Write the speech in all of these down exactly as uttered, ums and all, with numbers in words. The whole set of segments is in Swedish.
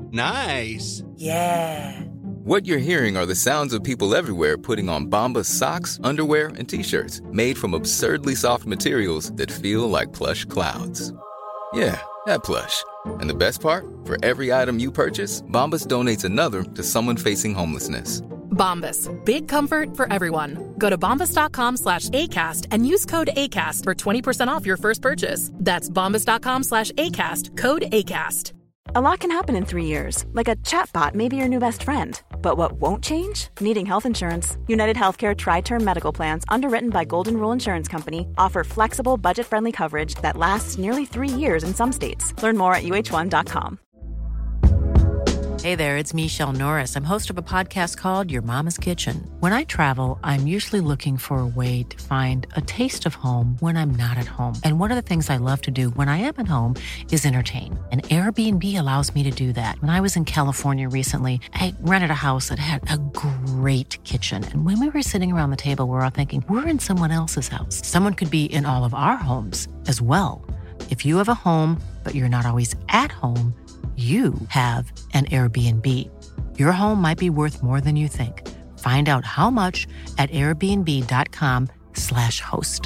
Nice. Yeah. What you're hearing are the sounds of people everywhere putting on Bombas socks, underwear, and T-shirts made from absurdly soft materials that feel like plush clouds. Yeah, that plush. And the best part? For every item you purchase, Bombas donates another to someone facing homelessness. Bombas. Big comfort for everyone. Go to bombas.com slash ACAST and use code ACAST for twenty percent off your first purchase. That's bombas.com slash ACAST. Code ACAST. A lot can happen in three years, like a chatbot may be your new best friend. But what won't change? Needing health insurance. United Healthcare Tri-Term Medical Plans, underwritten by Golden Rule Insurance Company, offer flexible, budget-friendly coverage that lasts nearly three years in some states. Learn more at U H one dot com. Hey there, it's Michelle Norris. I'm host of a podcast called Your Mama's Kitchen. When I travel, I'm usually looking for a way to find a taste of home when I'm not at home. And one of the things I love to do when I am at home is entertain. And Airbnb allows me to do that. When I was in California recently, I rented a house that had a great kitchen. And when we were sitting around the table, we were all thinking, we're in someone else's house. Someone could be in all of our homes as well. If you have a home, but you're not always at home, you have an Airbnb. Your home might be worth more than you think. Find out how much at airbnb.com slash host.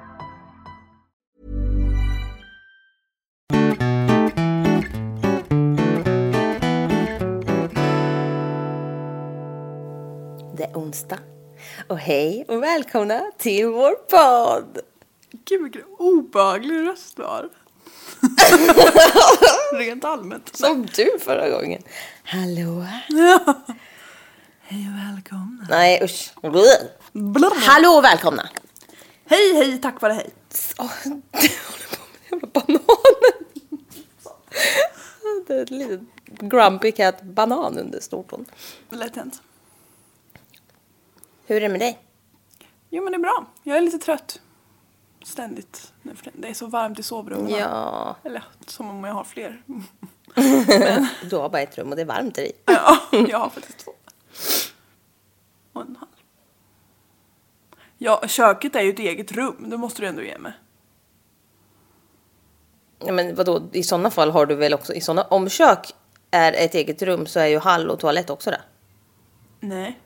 Det är onsdag. Och hej och välkomna till vår podd. Gud vilken obehaglig röst du har. Rent allmänt. Som du förra gången. Hallå. Ja. Hej och välkomna. Nej, usch. Blum. Hallå och välkomna. Hej, hej, tack vare hej. Oh, jag håller på med jävla bananen. Det är ett litet grumpy cat banan under stortån. Lätt hänt. Hur är det med dig? Jo men det är bra. Jag är lite trött. Ständigt. Det är så varmt i sovrummet. Ja. Eller som om jag har fler. Men du har bara ett rum och det är varmt i. Ja, jag har faktiskt två. Och en halv. Ja, köket är ju ett eget rum. Det måste du ändå ge mig. Ja, men vadå? I sådana fall har du väl också... I såna, om kök är ett eget rum så är ju hall och toalett också där. Nej.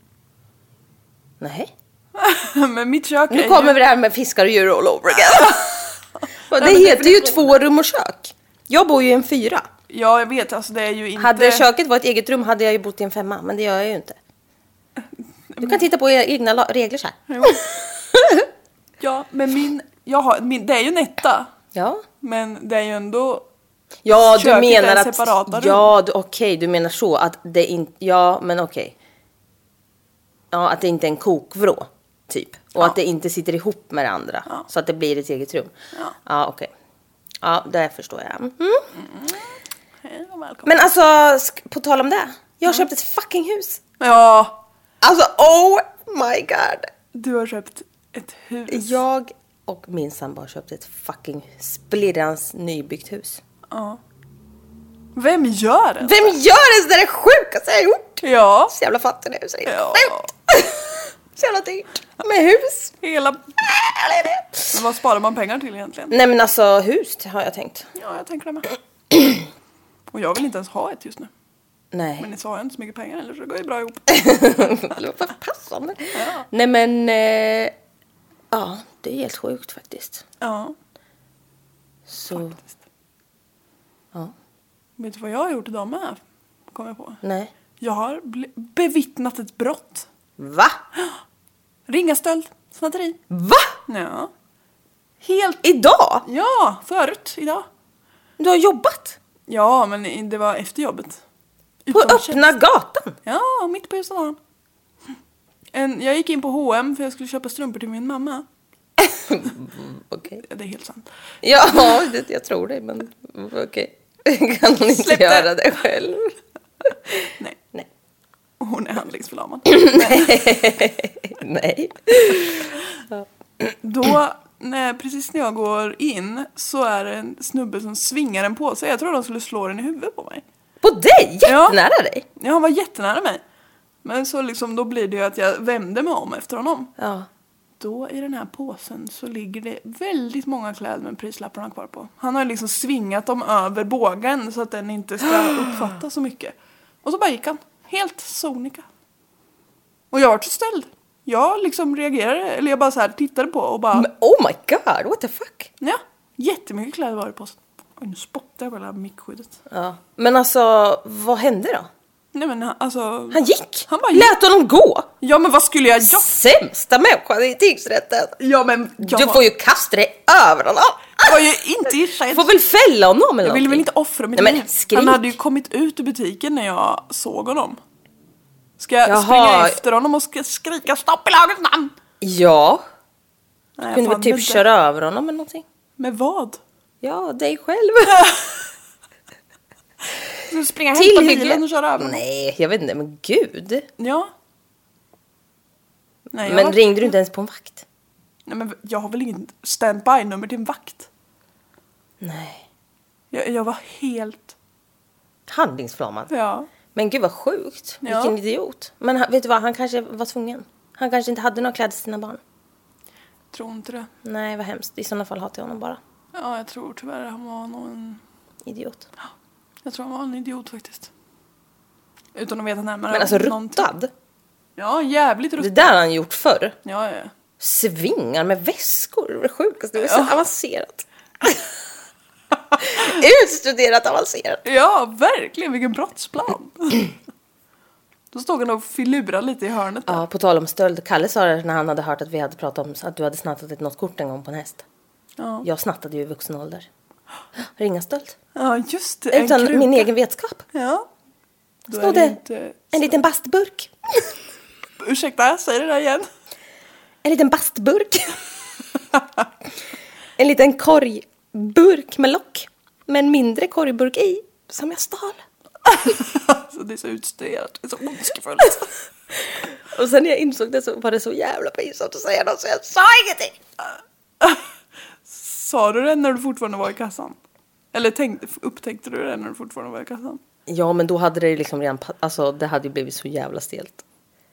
Nej. Men mitt kök nu är kommer ju... vi det här med fiskar och djur all over again. Det Nej, heter det ju två rum och kök. Jag bor ju i en fyra. Ja, jag vet. Alltså det är ju inte... Hade köket varit ett eget rum hade jag ju bott i en femma. Men det gör jag ju inte. Du kan titta på egna regler så här. Jo. Ja, men min... Jag har, min det är ju en etta. Ja. Men det är ju ändå... Ja, du menar att... separata ja, okej. Okay, du menar så. Att det inte... Ja, men okej. Okay. Ja, att det inte är en kokvrå. Typ. Och ja. Att det inte sitter ihop med det andra. Ja. Så att det blir ett eget rum. Ja, ja okej. Okay. Ja, det förstår jag. Mm. Mm. Hej och välkommen. Men alltså, på tal om det. Jag har mm. köpt ett fucking hus. Ja. Alltså, oh my god. Du har köpt ett hus. Jag och min sambo har köpt ett fucking splirrans nybyggt hus. Ja. Vem gör det? Vem gör det? Det är det sjukaste jag har gjort. Ja. Så jävla fattig nu. Så det är ja. Så jävla dyrt. Med hus. Hela... Men vad sparar man pengar till egentligen? Nej men alltså hus har jag tänkt. Ja, jag tänker det med. Och jag vill inte ens ha ett just nu. Nej. Men ni sa jag inte så mycket pengar eller så det går ju bra ihop. Det låter passande. Ja. Nej men... Eh, ja, det är helt sjukt faktiskt. Ja. Så... Faktiskt. Ja. Vet du vad jag har gjort idag med? Kom jag på. Nej. Jag har bevittnat ett brott. Va? Ringastöld. Snatteri. Va? Ja. Helt... Idag? Ja, förut. Idag. Du har jobbat? Ja, men det var efter jobbet. På öppna tjänst. Gatan? Ja, mitt på just dagen. En, jag gick in på H och M för jag skulle köpa strumpor till min mamma. Okej. Okay. Det är helt sant. Ja, det, jag tror det, men okej. Okay. Kan hon inte Släpp göra det, det själv? Nej. Nej. Hon är handlingsförlamad. Nej. Nej. Ja. Då, när, precis när jag går in så är det en snubbe som svingar den på sig. Jag tror de skulle slå den i huvudet på mig. På dig? Jättenära ja. dig? Ja, han var jättenära mig. Men så liksom, då blir det ju att jag vände mig om efter honom. Ja. då i den här påsen så ligger det väldigt många kläder med prislapparna kvar på. Han har liksom svingat dem över bågen så att den inte ska uppfatta så mycket. Och så bara gick han. Helt sonika. Och jag var så ställd. Jag liksom reagerade, eller jag bara så här tittade på och bara... Men, oh my god, what the fuck? Ja, jättemycket kläder var det på. Oj, nu spottar jag på hela mickskyddet. Ja. Men alltså, vad hände då? Nej men alltså... Han gick? Han bara gick. Lät honom gå? Ja men vad skulle jag göra? Sämsta människan i tingsrätten. Ja men... Jag du var... får ju kasta dig över honom. Jag var ju inte i Du får väl fälla honom eller Jag ville någonting. väl inte offra mitt Nej, liv. men skrik. Han hade ju kommit ut ur butiken när jag såg honom. Ska jag Jaha. springa efter honom och ska skrika stopp i lagens namn? Ja. Nej, Du kunde väl typ inte. köra över honom eller någonting? Med vad? Ja, dig själv. Ska du springa hem på bilen hyggligt. och köra över honom? Nej, jag vet inte, men gud. Ja. Nej, jag Men var... ringde du inte ens på en vakt? Nej men jag har väl ingen standby-nummer till en vakt. Nej. Jag, jag var helt... Handlingsförlamad. Ja. Men gud vad sjukt. Ja. Vilken idiot. Men han- vet du vad, han kanske var tvungen. Han kanske inte hade några kläder till sina barn. Tror inte det. Nej, vad hemskt. I sådana fall hatar jag honom bara. Ja, jag tror tyvärr han var någon... Idiot. Jag tror han var en idiot faktiskt. Utan att veta närmare. Men alltså om någonting. ruttad. Ja, jävligt Det ruttad. där har han gjort förr. Ja, ja. Svingar med väskor. Det är det sjukaste. Det är så Ja. avancerat. Utstuderat avancerat. Ja, verkligen. Vilken brottsplan. Då stod han och filurade lite i hörnet där. Ja, på tal om stöld. Kalle sa det när han hade hört att vi hade pratat om att du hade snattat ett något kort en gång på en häst. Ja, Jag snattade ju i vuxen ålder. Ringa stöld. ja just det. En Utan kruka. min egen vetskap. Ja. Då Stod är det inte... en liten bastburk. Ursäkta, säg det där igen. En liten bastburk. En liten korgburk med lock. Med en mindre korgburk i. Som jag stal. Alltså, det är så utstuderat. Det är så ondskefullt. Och sen när jag insåg det så var det så jävla pinsamt att säga något. Så jag sa ingenting. Sa du det när du fortfarande var i kassan? Eller tänkte, upptäckte du det när du fortfarande var i kassan? Ja, men då hade det liksom redan... Alltså, det hade ju blivit så jävla stelt.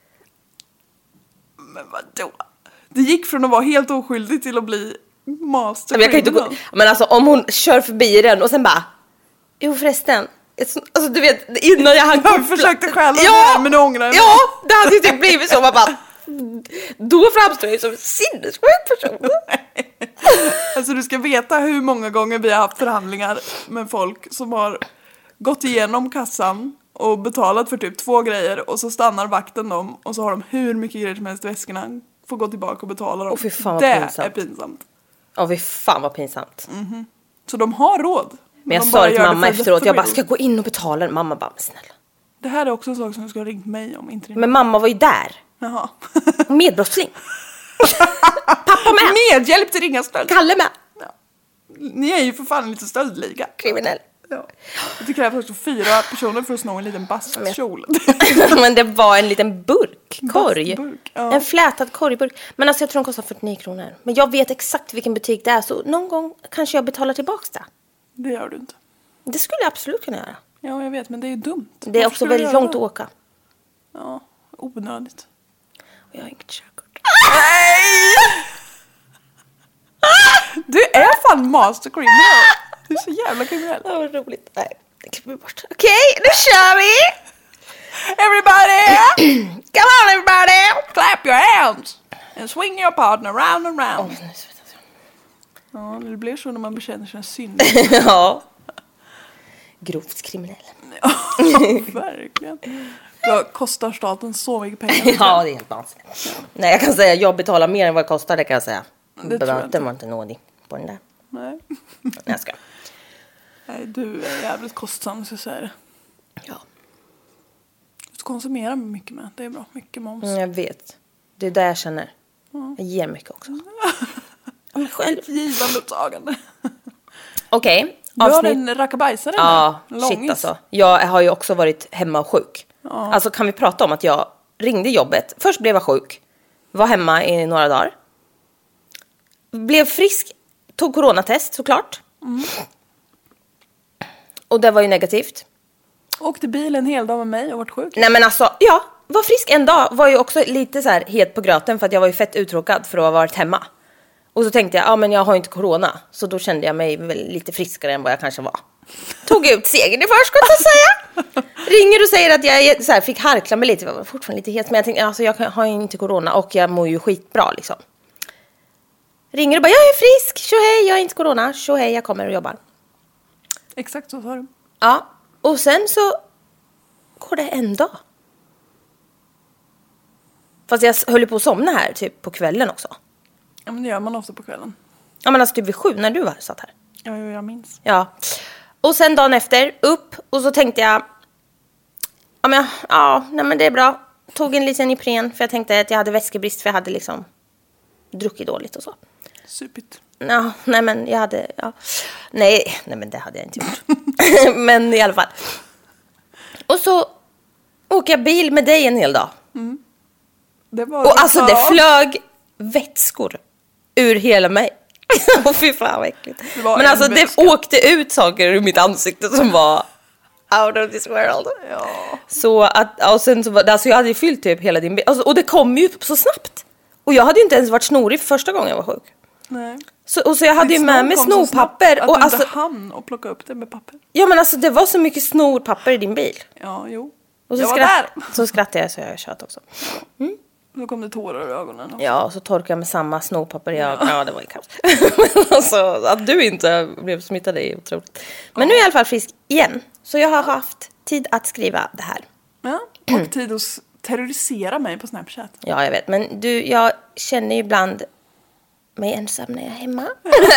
Men vadå? Det gick från att vara helt oskyldig till att bli master Men, jag kan inte gå, criminal. men alltså om hon kör förbi den och sen bara... Jo förresten. Alltså du vet, innan jag hann Jag försökte själv ja, men nu ångrar jag mig. Ja, det hade ju typ blivit så. Man bara... Då framstår jag som en sinnessjuk person. Alltså du ska veta hur många gånger vi har haft förhandlingar med folk som har gått igenom kassan och betalat för typ två grejer och så stannar vakten dem och så har de hur mycket grejer som helst i väskorna, får gå tillbaka och betala dem. Åh, fy fan vad det pinsamt. är pinsamt. Ja, fy fan vad pinsamt. Mm. Så de har råd. Men jag de sa bara det till gör mamma för efteråt. the Jag bara, thrill. ska jag gå in och betala den? Mamma bara, men snälla. Det här är också en sak som du skulle ha ringt mig om, inte din. Men mamma var ju där. Jaha. Medbrottsling. Pappa med. Medhjälp till ringa stöld. Kalle med. Ja. Ni är ju för fan lite stöldliga. Kriminell. Ja. Det krävs också fyra personer för att sno en liten bastkjol. Men det var en liten burk, korg. Bastburk, ja. En flätad korgburk. Men alltså jag tror den kostar fyrtionio kronor. Men jag vet exakt vilken butik det är. Så någon gång kanske jag betalar tillbaka det. Det gör du inte. Det skulle jag absolut kunna göra. Ja, jag vet, men det är ju dumt. Det är Varför också skulle du väldigt göra långt det? att åka. Ja, onödigt. Och jag har inget körkort. Du är fan master criminal. Du är så jävla kriminell. Det var roligt. Nej, det klipper vi bort. Okej, nu kör vi! Everybody! Come on everybody! Clap your hands! And swing your partner round and round. Åh, nu svettas jag. Ja, det blir så när man bekänner sina synder. Ja. Grovt kriminell. Ja, verkligen. Det kostar staten så mycket pengar. Ja, det är helt vansinnigt. Nej, jag kan säga jag betalar mer än vad det kostar, det kan jag säga. Det tror jag inte. Den var inte nådig på den där. Nej. Nej, jag ska. Nej, du är jävligt kostsam, så jag säger det. Ja. Du konsumerar mycket med. Det är bra. Mycket moms. Mm, jag vet. Det är det jag känner. Jag ger mycket också. Ja, men själv. Givande och tagande. Okej. Du har Avsnitt. en rackabajsare Ja, nu. shit Långis. alltså. Jag har ju också varit hemma och sjuk. Ja. Alltså kan vi prata om att jag ringde jobbet. Först blev jag sjuk. Var hemma i några dagar. Blev frisk. Tog coronatest såklart. Mm. Och det var ju negativt. Åkte bil en hel dag med mig och varit sjuk. Nej men alltså, ja. var frisk en dag. Var ju också lite så här het på gröten för att jag var ju fett uttråkad för att ha varit hemma. Och så tänkte jag, ja men jag har inte corona. Så då kände jag mig väl lite friskare än vad jag kanske var. Tog ut segern i förskott så att säga. Ringer och säger att jag så här, fick harkla mig lite. Jag var fortfarande lite het, men jag tänkte, alltså jag har ju inte corona och jag mår ju skitbra liksom. Ringer och bara, jag är frisk, tjohej, jag har inte corona, tjohej, jag kommer och jobbar. Exakt så sa du. Ja, och sen så går det en dag. Fast jag höll på att somna här typ på kvällen också. Ja, men det gör man ofta på kvällen. Ja, men alltså typ vid sju när du var satt här. Ja, jag minns. Ja. Och sen dagen efter, upp. Och så tänkte jag, ja men, ja, nej, men det är bra. Tog en liten Ipren för jag tänkte att jag hade vätskebrist för jag hade liksom druckit dåligt och så. Supigt. Ja, nej men jag hade, ja. Nej, nej men det hade jag inte gjort. Men i alla fall. Och så åker jag bil med dig en hel dag. Mm. Det var och alltså det flög vätskor ur hela mig. Och fy fan vad äckligt. Men alltså vätska. Det åkte ut saker ur mitt ansikte som var out of this world. Ja. Så att, och sen så var, alltså jag hade ju fyllt typ hela din bil. Alltså, och det kom ju så snabbt. Och jag hade ju inte ens varit snorig för första gången jag var sjuk. Nej. Så, och så jag hade ju med mig snorpapper. Att och du alltså, inte hann och plocka upp det med papper. Ja men alltså det var så mycket snorpapper i din bil. Ja, jo. Och så, jag var skratt, där. så skrattade jag så jag tjöt också. Mm. Då kom det tårar i ögonen också. Ja, och så torkade jag med samma snorpapper i ögonen. Ja, det var ju kaos. Alltså, att du inte blev smittad är otroligt. Men ja. Nu är jag i alla fall frisk igen. Så jag har haft tid att skriva det här. Ja, och tid att terrorisera mig på Snapchat. Ja, jag vet. Men du, jag känner ju ibland mig ensam när jag är hemma.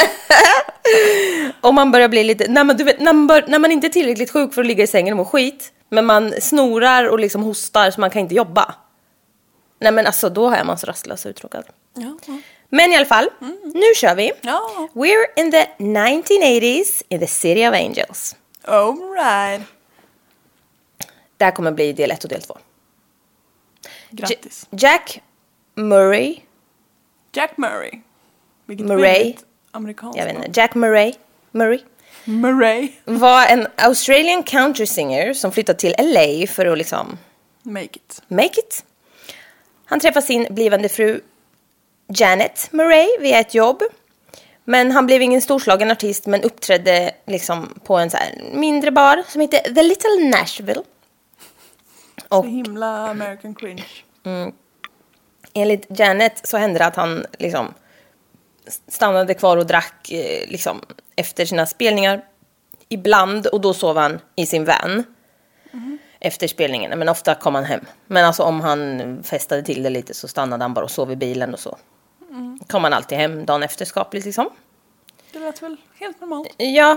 Och man börjar bli lite... Nej, men du vet, när, man bör, när man inte är tillräckligt sjuk för att ligga i sängen och må skit. Men man snorar och liksom hostar så man kan inte jobba. Nej men alltså då är man så rastlös och uttråkad. Ja, ja. Men i alla fall, mm. nu kör vi. Ja. We're in the nineteen eighties in the City of Angels. All right. Det här kommer bli del ett och del två. Grattis. J- Jack Murray. Jack Murray. Vilket Murray. Amerikanskt. Jag vet inte. Jack Murray. Murray. Murray. Var en Australian country singer som flyttade till L A för att liksom... Make it. Make it. Han träffade sin blivande fru Janet Murray via ett jobb. Men han blev ingen storslagen artist men uppträdde liksom på en så här mindre bar som heter The Little Nashville. Och, så himla American cringe. Mm, enligt Janet så hände det att han liksom stannade kvar och drack eh, liksom efter sina spelningar ibland och då sov han i sin van. Mm. Efter spelningen, men ofta kom han hem. Men alltså om han festade till det lite så stannade han bara och sov i bilen och så. Mm. Kom han alltid hem dagen efter skapligt liksom. Det lät väl helt normalt. Ja.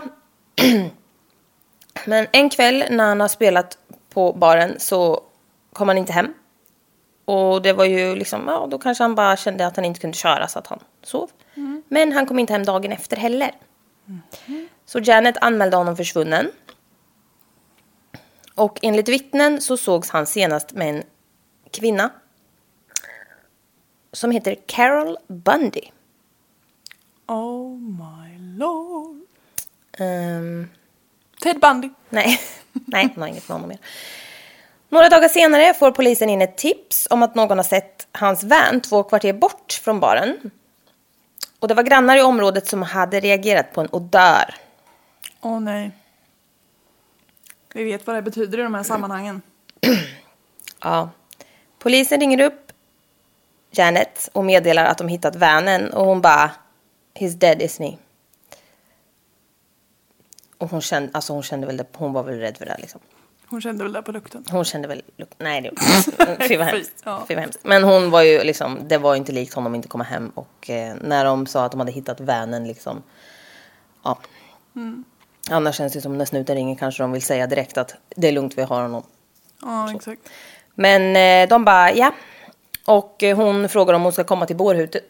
Men en kväll när han har spelat på baren så kom han inte hem. Och det var ju liksom, ja då kanske han bara kände att han inte kunde köra så att han sov. Mm. Men han kom inte hem dagen efter heller. Mm. Så Janet anmälde honom försvunnen. Och enligt vittnen så sågs han senast med en kvinna som heter Carol Bundy. Oh my lord. Um, Ted Bundy. Nej, nej, han har inget med honom mer. Några dagar senare får polisen in ett tips om att någon har sett hans van två kvarter bort från baren. Och det var grannar i området som hade reagerat på en odör. Åh oh, nej. Vi vet vad det betyder i de här sammanhangen. Ja. Polisen ringer upp Janet och meddelar att de hittat vanen. Och hon bara, he's dead, isn't he? Och hon kände, alltså hon kände väl det, hon var väl rädd för det liksom. Hon kände väl det på lukten? Hon kände väl, luk- nej det fy vad hemskt. Ja. Fy vad hemskt. Men hon var ju liksom, det var inte likt honom att inte komma hem. Och eh, när de sa att de hade hittat vanen liksom, ja. Mm. Annars känns det som när snuten ringer kanske de vill säga direkt att det är lugnt, vi har honom. Ja, så. Exakt. Men eh, de bara, ja. Och eh, hon frågar om hon ska komma till bårhuset.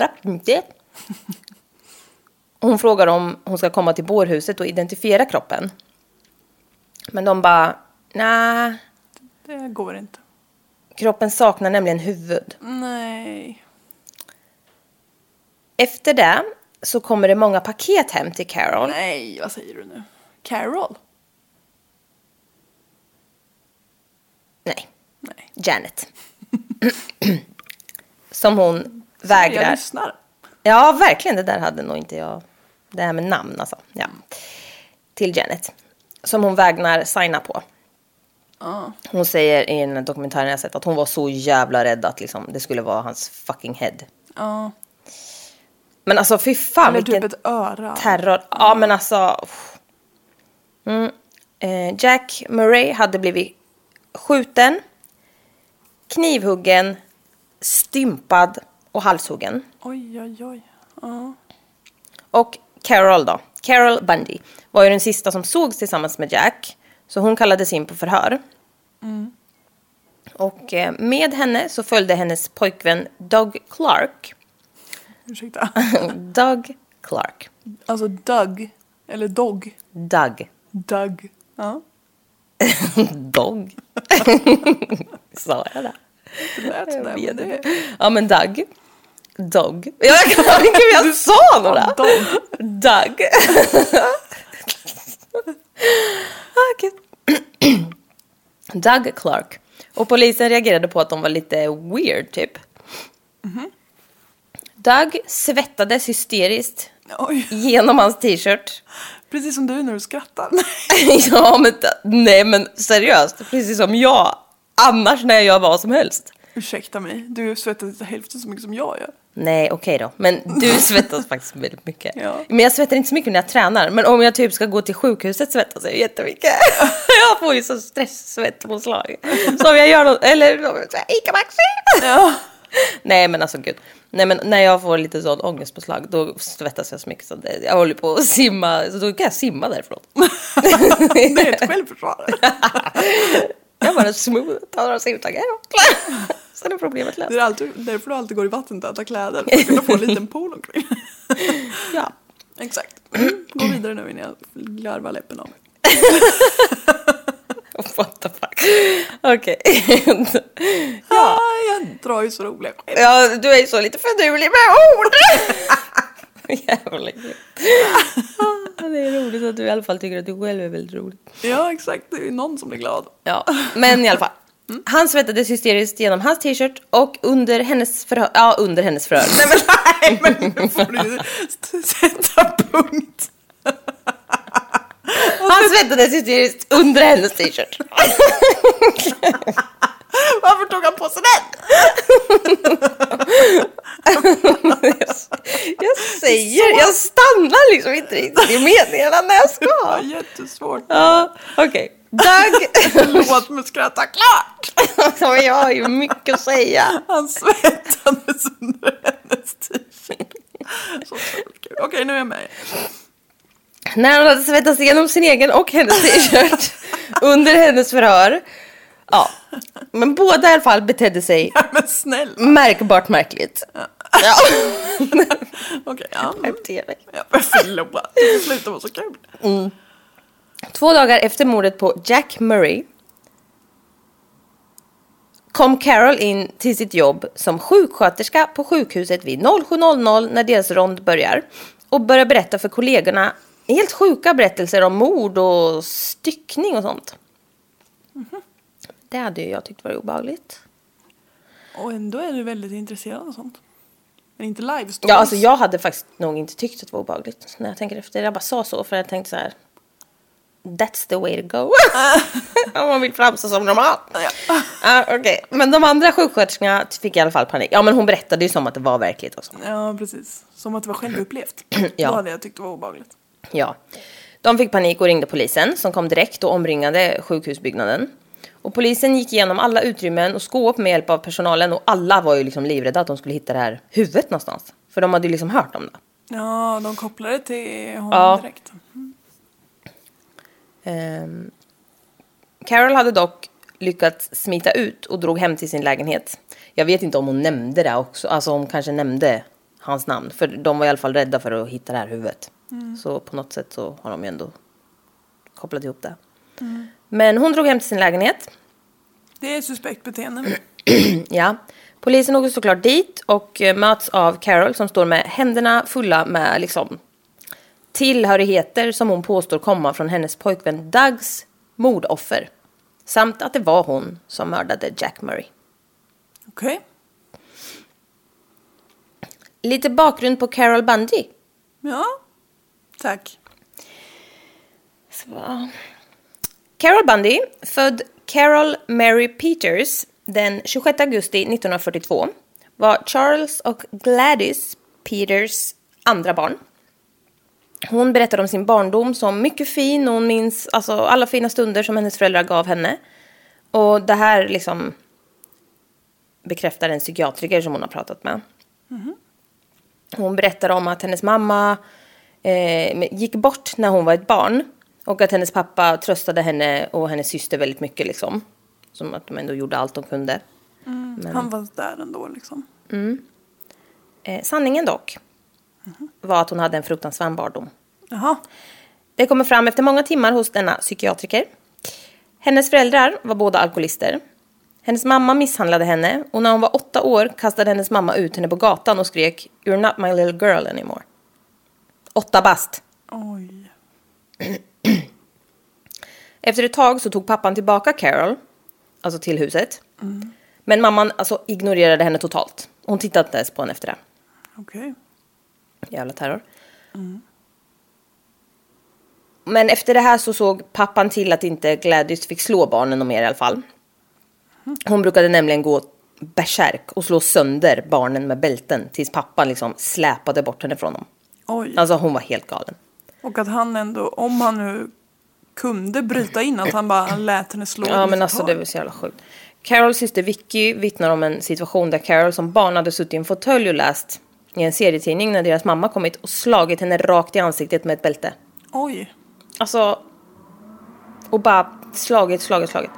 Hon frågar om hon ska komma till bårhuset och identifiera kroppen. Men de bara, nej. Det går inte. Kroppen saknar nämligen huvud. Nej. Efter det så kommer det många paket hem till Carol. Nej, vad säger du nu? Carol? Nej. Nej. Janet. Som hon Så vägrar. jag lyssnar. Ja, verkligen. Det där hade nog inte jag. Det här med namn alltså. Ja. Till Janet. Som hon vägrar signa på. Ah. Hon säger i den dokumentären jag sett att hon var så jävla rädd att liksom, det skulle vara hans fucking head. Ja. Ah. Men alltså fy fan Eller vilken typ ett öra. terror. Ja men alltså. Mm. Eh, Jack Murray hade blivit skjuten, knivhuggen, stympad och halshuggen. Oj, oj, oj. Ja. Och Carol då. Carol Bundy var ju den sista som sågs tillsammans med Jack. Så hon kallades in på förhör. Mm. Och eh, med henne så följde hennes pojkvän Doug Clark. Ursäkta. Doug Clark. Alltså Doug. Eller Dog. Doug. Doug. Ja. Dog. Sa jag det? Det lät sådär. Jag vet Men det... inte. Ja men Doug. Dog. Jag kan inte hur jag sa några. Dog. Doug. Okay. Doug Clark. Och polisen reagerade på att de var lite weird typ. Mm-hmm. Doug svettades hysteriskt. Oj. Genom hans t-shirt. Precis som du när du skrattar. Ja men nej men seriöst. Precis som jag. Annars när jag gör vad som helst. Ursäkta mig, du svettas hälften så mycket som jag gör. Nej okej okay då. Men du svettas faktiskt väldigt mycket. Ja. Men jag svettar inte så mycket när jag tränar. Men om jag typ ska gå till sjukhuset svettas jag jättemycket. Jag får ju så stress-svettpåslag. Så om jag gör något, eller Ica Maxi. Ja. Nej men alltså gud. Nej men när jag får lite sån ångestpåslag då svettas jag så mycket så det, jag håller på att simma. Så då kan jag simma därifrån. Det är ett självförsvar. Jag bara smooth, tar några simtag. Sen är problemet löst. Det är alltid, därför du alltid går i vattentäta kläder. För att kunna få en liten pool omkring. Ja. Exakt. Gå vidare nu innan jag larvar läppen av mig. What the fuck. Okej. Okay. Ja. Ah, jag drar ju så roliga skämt. Ja, du är ju så lite fördulig med ord. Jävlar. Ah, det är roligt att du i alla fall tycker att du själv är väldigt rolig. Ja, exakt. Det är ju någon som blir glad. Ja, men i alla fall. Mm. Han svettades hysteriskt genom hans t-shirt och under hennes förhör. Ja, under hennes förhör. Nej, men, nej, men nu får du sätta punkt. Han svettades hysteriskt under hennes t-shirt. Varför tog han på sig den? Jag säger, jag stannar liksom inte riktigt i meningarna när jag ska. Ja, jättesvårt. Ja, okej. Okay. Doug. Låt mig skratta klart. Så jag har ju mycket att säga. Han svettades under hennes t-shirt. Okej, okay, nu är jag med. När han hade svettats igenom sin egen och hennes t-shirt under hennes förhör. Ja, men båda i alla fall betedde sig ja, men snälla. Märkbart märkligt. Ja. Ja. Okej, ja. Ja, förlåt. Det slutar vara så kul. Mm. Två dagar efter mordet på Jack Murray kom Carol in till sitt jobb som sjuksköterska på sjukhuset vid sju noll noll när deras rond börjar och börjar berätta för kollegorna helt sjuka berättelser om mord och styckning och sånt. Mm-hmm. Det hade ju jag tyckt var obehagligt. Och ändå är du väldigt intresserad av sånt. Men inte live stories. Ja, alltså jag hade faktiskt nog inte tyckt att det var obehagligt. När jag tänker efter, jag bara sa så för jag tänkte så här. That's the way to go. Om man vill framstå som normal. Ja. Uh, Okej, okay. Men de andra sjuksköterskorna fick i alla fall panik. Ja, men hon berättade ju som att det var verkligt också. Ja, precis. Som att det var självupplevt. Ja. Då hade jag tyckt det var obehagligt. Ja. De fick panik och ringde polisen som kom direkt och omringade sjukhusbyggnaden. Och polisen gick igenom alla utrymmen och skåp med hjälp av personalen. Och alla var ju liksom livrädda att de skulle hitta det här huvudet någonstans. För de hade ju liksom hört om det. Ja, de kopplade till honom ja. direkt. Mm. Um, Carol hade dock lyckats smita ut och drog hem till sin lägenhet. Jag vet inte om hon nämnde det också. Alltså hon kanske nämnde hans namn. För de var i alla fall rädda för att hitta det här huvudet. Mm. Så på något sätt så har de ju ändå kopplat ihop det. Mm. Men hon drog hem till sin lägenhet. Det är suspekt beteende. Ja. Polisen åker såklart dit och möts av Carol som står med händerna fulla med liksom tillhörigheter som hon påstår komma från hennes pojkvän Dougs mordoffer. Samt att det var hon som mördade Jack Murray. Okej. Okay. Lite bakgrund på Carol Bundy. Ja, tack. Så. Carol Bundy, född Carol Mary Peters den tjugosjätte augusti nittonhundrafyrtiotvå, var Charles och Gladys Peters andra barn. Hon berättade om sin barndom som mycket fin och hon minns alltså, alla fina stunder som hennes föräldrar gav henne. Och det här liksom bekräftar en psykiatriker som hon har pratat med. Mm-hmm. Hon berättade om att hennes mamma eh, gick bort när hon var ett barn. Och att hennes pappa tröstade henne och hennes syster väldigt mycket liksom. Som att de ändå gjorde allt de kunde. Mm, Men... Han var där ändå liksom. Mm. Eh, sanningen dock mm-hmm. var att hon hade en fruktansvärd barndom. Jaha. Det kommer fram efter många timmar hos denna psykiatriker. Hennes föräldrar var båda alkoholister. Hennes mamma misshandlade henne och när hon var åtta år kastade hennes mamma ut henne på gatan och skrek "You're not my little girl anymore." Åtta bast. Oj. Efter ett tag så tog pappan tillbaka Carol, alltså till huset. Mm. Men mamman alltså ignorerade henne totalt. Hon tittade inte ens på henne efter det. Okej. Okay. Jävla terror. Mm. Men efter det här så såg pappan till att inte Gladys fick slå barnen och mer i alla fall. Hon brukade nämligen gå bärsärk och slå sönder barnen med bälten tills pappan liksom släpade bort henne från dem. Oj. Alltså hon var helt galen. Och att han ändå, om han nu kunde bryta in, att han bara lät henne slå. Ja men alltså det var så jävla sjukt. Carols syster Vicky vittnar om en situation där Carol som barn hade suttit i en fåtölj och läst i en serietidning när deras mamma kommit och slagit henne rakt i ansiktet med ett bälte. Oj. Alltså, och bara slagit, slagit, slagit.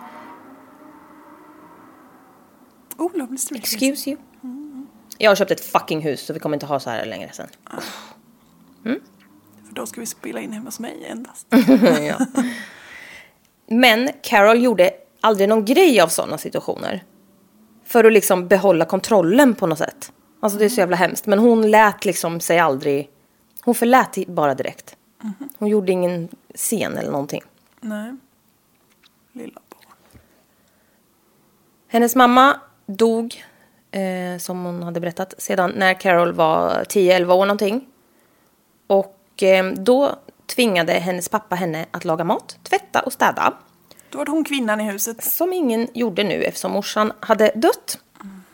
Olovlig stryk. Excuse you. Mm. Jag har köpt ett fucking hus så vi kommer inte ha så här längre sen. Mm? För då ska vi spela in hemma hos mig endast. Ja. Men Carol gjorde aldrig någon grej av sådana situationer. För att liksom behålla kontrollen på något sätt. Alltså det är så jävla hemskt. Men hon lät liksom sig aldrig... Hon förlät bara direkt. Mm-hmm. Hon gjorde ingen scen eller någonting. Nej. Lilla barn. Hennes mamma dog, eh, som hon hade berättat, sedan när Carol var tio elva år någonting. Och eh, då tvingade hennes pappa henne att laga mat, tvätta och städa. Då var hon kvinnan i huset. Som ingen gjorde nu eftersom morsan hade dött. Mm.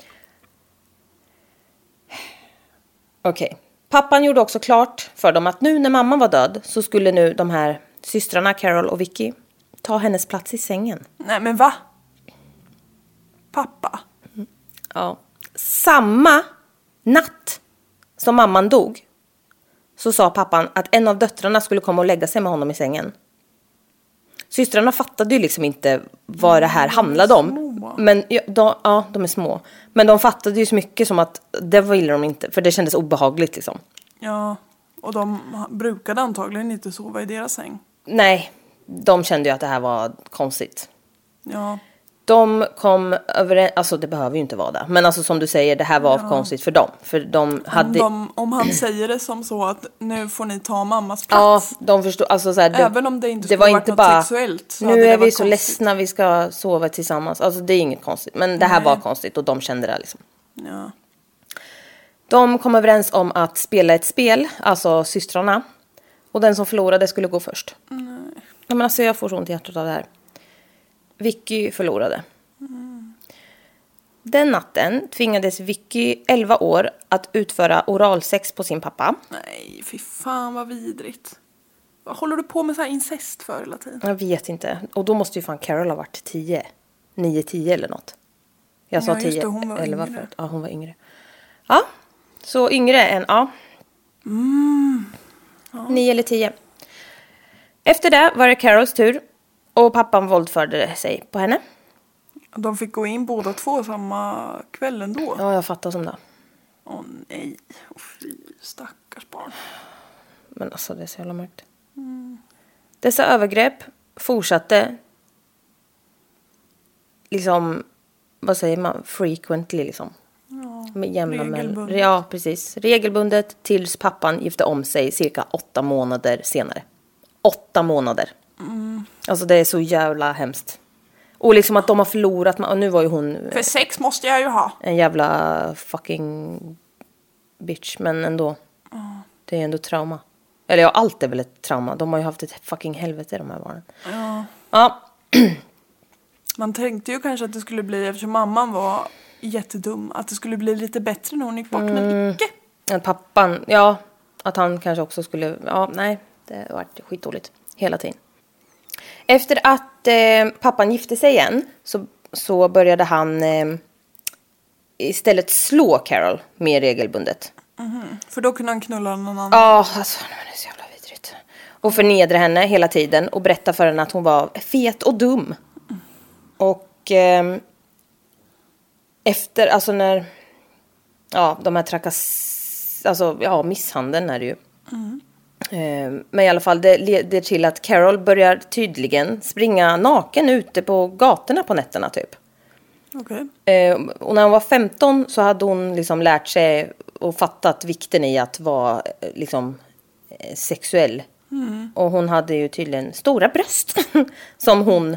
Okej. Okay. Pappan gjorde också klart för dem att nu när mamman var död så skulle nu de här systrarna Carol och Vicky ta hennes plats i sängen. Nej men va? Pappa? Mm. Ja. Samma natt som mamman dog så sa pappan att en av döttrarna skulle komma och lägga sig med honom i sängen. Systrarna fattade ju liksom inte vad det här handlade om. Men ja de, ja, de är små. Men de fattade ju så mycket som att det ville de inte. För det kändes obehagligt liksom. Ja, och de brukade antagligen inte sova i deras säng. Nej, de kände ju att det här var konstigt. Ja. De kom över, alltså det behöver ju inte vara det. Men alltså som du säger, det här var ja. konstigt för dem. För de hade... om, de, om han säger det som så att nu får ni ta mammas plats. Ja, de förstod, alltså så här, det, även om det inte skulle det var varit inte något bara, sexuellt. Så nu är vi så konstigt. ledsna, vi ska sova tillsammans. Alltså det är inget konstigt. Men det här Nej. var konstigt och de kände det liksom. Ja. De kom överens om att spela ett spel, alltså systrarna. Och den som förlorade skulle gå först. Nej. Ja, men alltså jag får så ont i hjärtat av det här. Vicky förlorade. Mm. Den natten tvingades Vicky, elva år, att utföra oralsex på sin pappa. Nej, fy fan vad vidrigt. Vad håller du på med så här incest för hela tiden? Jag vet inte. Och då måste ju fan Carol ha varit tio. nio, tio eller något. Jag sa ja, tio, det, hon var elva yngre. förut. Ja, hon var yngre. Ja, så yngre än, ja. Mm. ja. nio eller tio. Efter det var det Carols tur. Och pappan våldförde sig på henne. De fick gå in båda två samma kväll ändå. Ja, jag fattar som det. Åh nej, oh, fy stackars barn. Men alltså det är så jävla mörkt. Mm. Dessa övergrepp fortsatte liksom, vad säger man, frequently liksom. Ja, med jämna regelbundet. Med, ja, precis. Regelbundet tills pappan gifte om sig cirka åtta månader senare. Åtta månader. Mm. Alltså det är så jävla hemskt. Och liksom att de har förlorat, och nu var ju hon... För sex måste jag ju ha. En jävla fucking bitch, men ändå. Mm. Det är ändå trauma. Eller ja, allt är väl ett trauma. De har ju haft ett fucking helvete, de här barnen. Ja. Ja. Man tänkte ju kanske att det skulle bli, eftersom mamman var jättedum, att det skulle bli lite bättre när hon gick bort, mm. men icke. Att pappan, ja, att han kanske också skulle, ja, nej, det var skitdåligt hela tiden. Efter att eh, pappan gifte sig igen så, så började han eh, istället slå Carol mer regelbundet. Mm-hmm. För då kunde han knulla någon annan. Ja, alltså, det är så jävla vidrigt. Och förnedra henne hela tiden och berätta för henne att hon var fet och dum. Mm. Och eh, efter, alltså när, ja, de här trakass, alltså, ja, misshandeln är det ju. Mm. Eh, men i alla fall, det leder till att Carol börjar tydligen springa naken ute på gatorna på nätterna, typ. Okay. Eh, och när hon var femton så hade hon liksom lärt sig och fattat vikten i att vara liksom sexuell. Mm. Och hon hade ju tydligen stora bröst som hon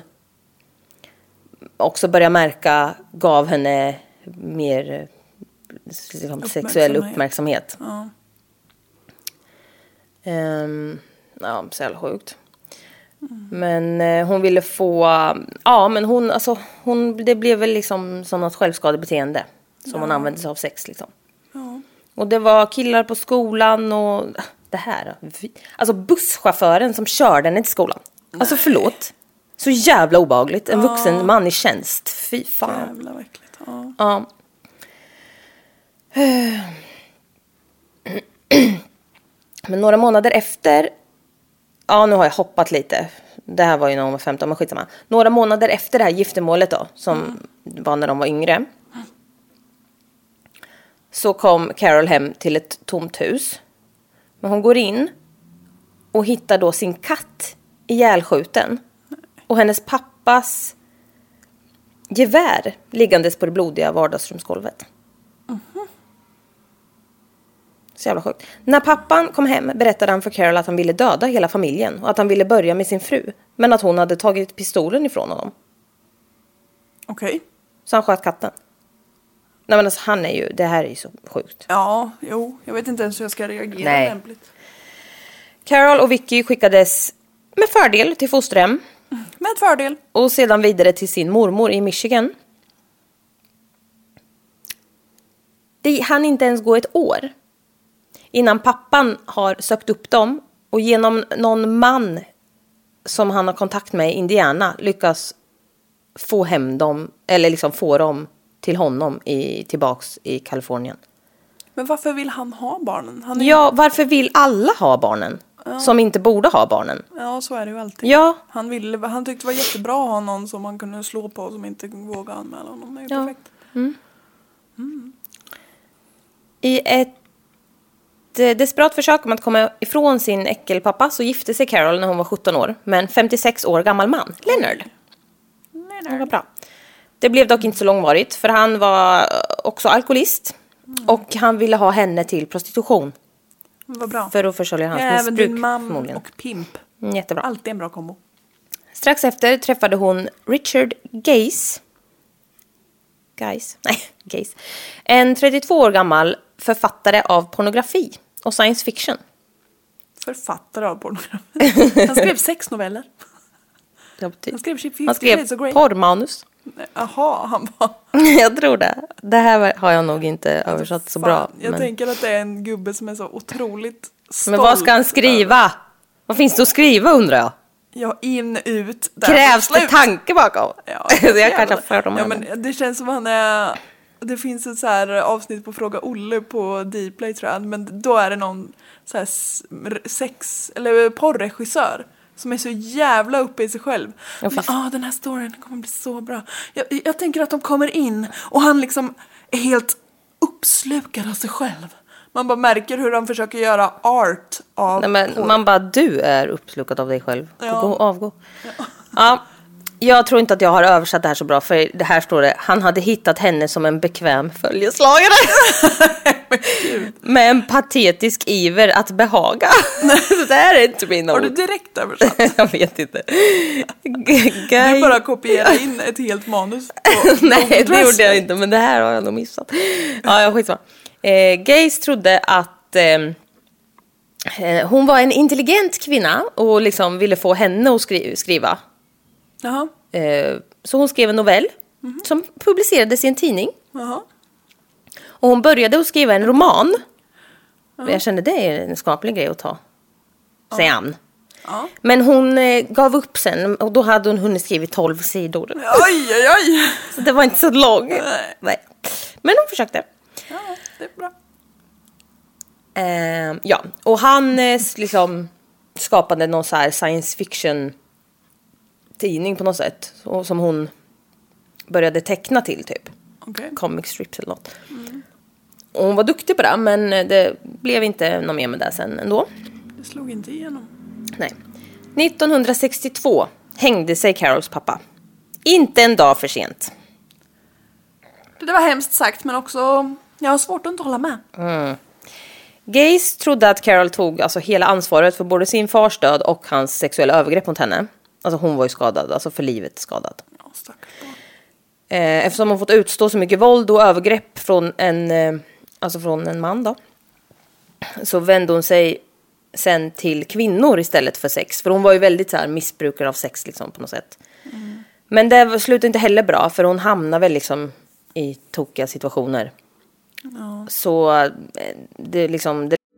också började märka gav henne mer liksom, sexuell uppmärksamhet. Ja. Um, ja, så jävla sjukt. Mm. Men eh, hon ville få, ja, men hon, alltså, hon, det blev väl liksom som något självskadebeteende som ja. Hon använde sig av sex liksom. Ja. Och det var killar på skolan och det här, alltså busschauffören som körde henne till skolan. Nej. Alltså förlåt, så jävla obehagligt, en ja. Vuxen man i tjänst, fy fan. Jävla verkligt, ja. Ja. Men några månader efter, ja, nu har jag hoppat lite. Det här var ju när hon var femton, men skitsamma. Några månader efter det här giftermålet då, som mm. var när de var yngre. Mm. Så kom Carol hem till ett tomt hus. Men hon går in och hittar då sin katt ihjälskjuten. Och hennes pappas gevär liggandes på det blodiga vardagsrumsgolvet. Mm-hmm. Så jävla sjukt. När pappan kom hem berättade han för Carol att han ville döda hela familjen. Och att han ville börja med sin fru. Men att hon hade tagit pistolen ifrån honom. Okej. Okay. Så han sköt katten. Nej, men alltså, han är ju, det här är ju så sjukt. Ja, jo. Jag vet inte ens hur jag ska reagera. Nej. Lämpligt. Carol och Vicky skickades med fördel till fosterhem. Med fördel. Och sedan vidare till sin mormor i Michigan. Det hann inte ens gå ett år innan pappan har sökt upp dem och genom någon man som han har kontakt med i Indiana lyckas få hem dem, eller liksom få dem till honom i, tillbaks i Kalifornien. Men varför vill han ha barnen? Han är... Ja, varför vill alla ha barnen? Ja. Som inte borde ha barnen. Ja, så är det ju alltid. Ja. Han, ville, han tyckte det var jättebra att ha någon som man kunde slå på som inte vågade anmäla honom. Det är ju ja. Perfekt. Mm. Mm. I ett desperat försök om att komma ifrån sin äckelpappa så gifte sig Carol när hon var sjutton år med en femtiosex år gammal man, Leonard. Leonard. Det var bra. Det blev dock inte så långvarigt för han var också alkoholist mm. och han ville ha henne till prostitution. Vad bra. För att försörja hans ja, missbruk. Även din mam och pimp. Mm, jättebra. Alltid en bra kombo. Strax efter träffade hon Richard Gaze. Gaze? Nej, Gaze. En trettiotvå år gammal författare av pornografi och science fiction. Författare av pornografi? Han skrev sex noveller. Han skrev, han skrev porrmanus. Jaha, han bara... Jag tror det. Det här har jag nog inte alltså, översatt så fan. bra. Jag men... tänker att det är en gubbe som är så otroligt stolt. Men vad ska han skriva? Vad finns det att skriva, undrar jag? Ja, in, ut. Där krävs det tanke bakom? Ja, jag jag kanske har för dem. Ja, men det känns som han är... Det finns ett så här avsnitt på Fråga Olle på Dplay, tror jag. Men då är det någon så här sex... Eller porrregissör som är så jävla uppe i sig själv. Ja, ah, den här storyn kommer bli så bra. Jag, jag tänker att de kommer in och han liksom är helt uppslukad av sig själv. Man bara märker hur de försöker göra art av... Nej, men man bara, du är uppslukad av dig själv. Ja. Gå, avgå. Ja. Ja, jag tror inte att jag har översatt det här så bra. För det här står det, han hade hittat henne som en bekväm följeslagare. Med en patetisk iver att behaga. Det här är inte mina ord. Har du direkt översatt? Jag vet inte. Guy... Du bara kopierar in ett helt manus på Nej, det gjorde jag inte, men det här har jag nog missat. Ja, jag skitsamma. Eh, Gaze trodde att eh, hon var en intelligent kvinna och liksom ville få henne att skri- skriva. Jaha. Eh, så hon skrev en novell mm-hmm. som publicerades i en tidning. Jaha. Och hon började att skriva en roman. Jaha. Jag kände det är en skaplig grej att ta sig an. Ja. Men hon eh, gav upp sen och då hade hon hunnit skrivit tolv sidor. Oj, oj, oj. Så det var inte så lång. Nej. Nej. Men hon försökte. Ja, det är bra. Eh, ja, och han eh, liksom skapade någon så här science fiction tidning på något sätt. Och som hon började teckna till typ. Okay. Comic strips eller något. Mm. Och hon var duktig på det, men det blev inte något mer med det sen ändå. Det slog inte igenom. Nej. nittonhundrasextiotvå hängde sig Carols pappa. Inte en dag för sent. Det var hemskt sagt, men också jag har svårt att inte hålla med. Mm. Gaze trodde att Carol tog alltså hela ansvaret för både sin fars död och hans sexuella övergrepp mot henne. Alltså hon var ju skadad, alltså för livet skadad. Ja, stackars barn. Eftersom hon fått utstå så mycket våld och övergrepp från en, alltså från en man då. Så vände hon sig sen till kvinnor istället för sex. För hon var ju väldigt så här missbrukare av sex liksom på något sätt. Mm. Men det slutade inte heller bra, för hon hamnade väl liksom i tokiga situationer. Ja. Så det liksom... Det...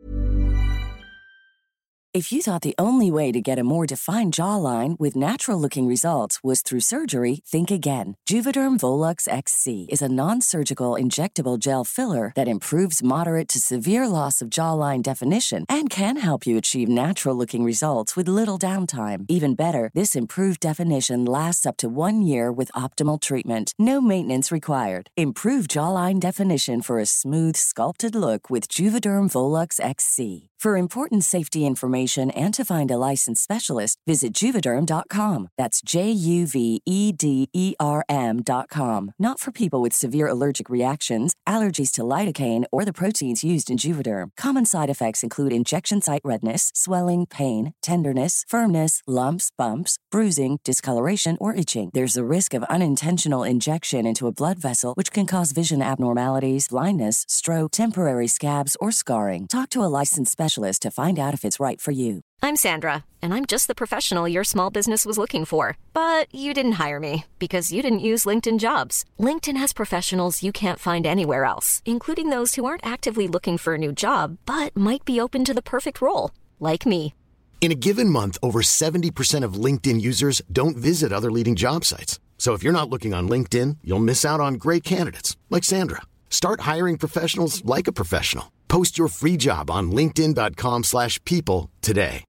If you thought the only way to get a more defined jawline with natural-looking results was through surgery, think again. Juvederm Volux X C is a non-surgical injectable gel filler that improves moderate to severe loss of jawline definition and can help you achieve natural-looking results with little downtime. Even better, this improved definition lasts up to one year with optimal treatment. No maintenance required. Improve jawline definition for a smooth, sculpted look with Juvederm Volux X C. For important safety information and to find a licensed specialist, visit Juvederm dot com. That's J U V E D E R M dot com. Not for people with severe allergic reactions, allergies to lidocaine, or the proteins used in Juvederm. Common side effects include injection site redness, swelling, pain, tenderness, firmness, lumps, bumps, bruising, discoloration, or itching. There's a risk of unintentional injection into a blood vessel, which can cause vision abnormalities, blindness, stroke, temporary scabs, or scarring. Talk to a licensed specialist to find out if it's right for you. I'm Sandra, and I'm just the professional your small business was looking for. But you didn't hire me because you didn't use LinkedIn Jobs. LinkedIn has professionals you can't find anywhere else, including those who aren't actively looking for a new job, but might be open to the perfect role, like me. In a given month, over seventy percent of LinkedIn users don't visit other leading job sites. So if you're not looking on LinkedIn, you'll miss out on great candidates, like Sandra. Start hiring professionals like a professional. Post your free job on linkedin dot com slash people today.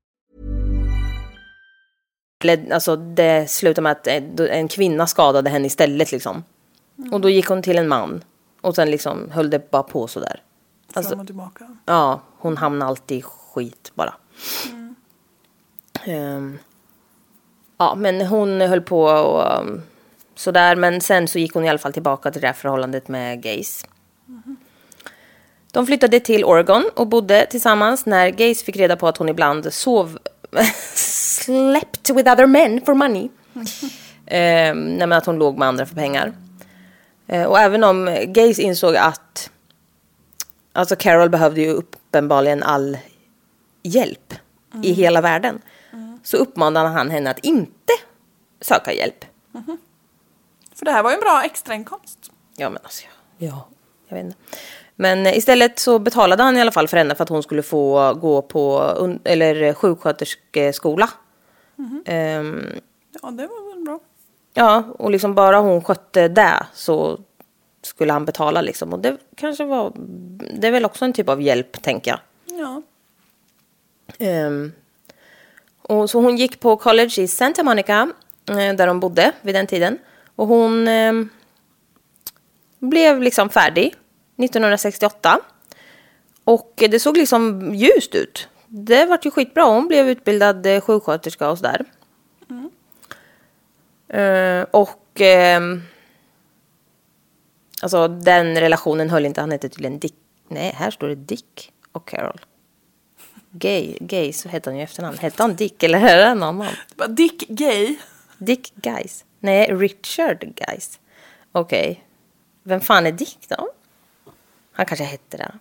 Alltså det slutade med att en kvinna skadade henne istället liksom. Mm. Och då gick hon till en man. Och sen liksom höll det bara på sådär. Alltså, fram och tillbaka. Ja, hon hamnade alltid i skit bara. Mm. Um, ja, men hon höll på och um, sådär. Men sen så gick hon i alla fall tillbaka till det här förhållandet med Gaze. Mm. De flyttade till Oregon och bodde tillsammans när Gaze fick reda på att hon ibland sov slept with other men for money. Mm. Eh, att hon låg med andra för pengar. Eh, och även om Gaze insåg att alltså Carol behövde ju uppenbarligen all hjälp mm. i hela världen. Mm. Så uppmanade han henne att inte söka hjälp. Mm. För det här var ju en bra extrainkomst. Ja, men alltså, ja, jag vet inte. Men istället så betalade han i alla fall för henne för att hon skulle få gå på eller sjuksköterskeskola. Mm-hmm. Um, ja, det var väl bra. Ja, och liksom bara hon skötte det så skulle han betala liksom. Och det kanske var, det är väl också en typ av hjälp, tänker jag. Ja. Um, och så hon gick på college i Santa Monica, där de bodde vid den tiden. Och hon um, blev liksom färdig nittonhundrasextioåtta. Och det såg liksom ljust ut. Det var ju skitbra. Hon blev utbildad sjuksköterska och sådär. Mm. Uh, och uh, alltså den relationen höll inte. Han hette tydligen Dick Nej, här står det Dick och Carol. Gay, Gay så heter han ju efternamn. Heter han Dick eller är det en annan? Dick Gay? Dick Guys. Nej, Richard Guys. Okej. Okay. Vem fan är Dick då? Han kanske hette det.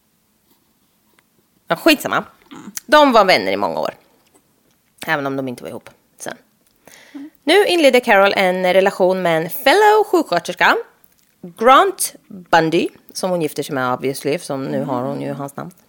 Ja, skitsamma. De var vänner i många år. Även om de inte var ihop sen. Mm. Nu inleder Carol en relation med en fellow sjuksköterska. Grant Bundy. Som hon gifter sig med obviously. Som nu har hon ju hans namn.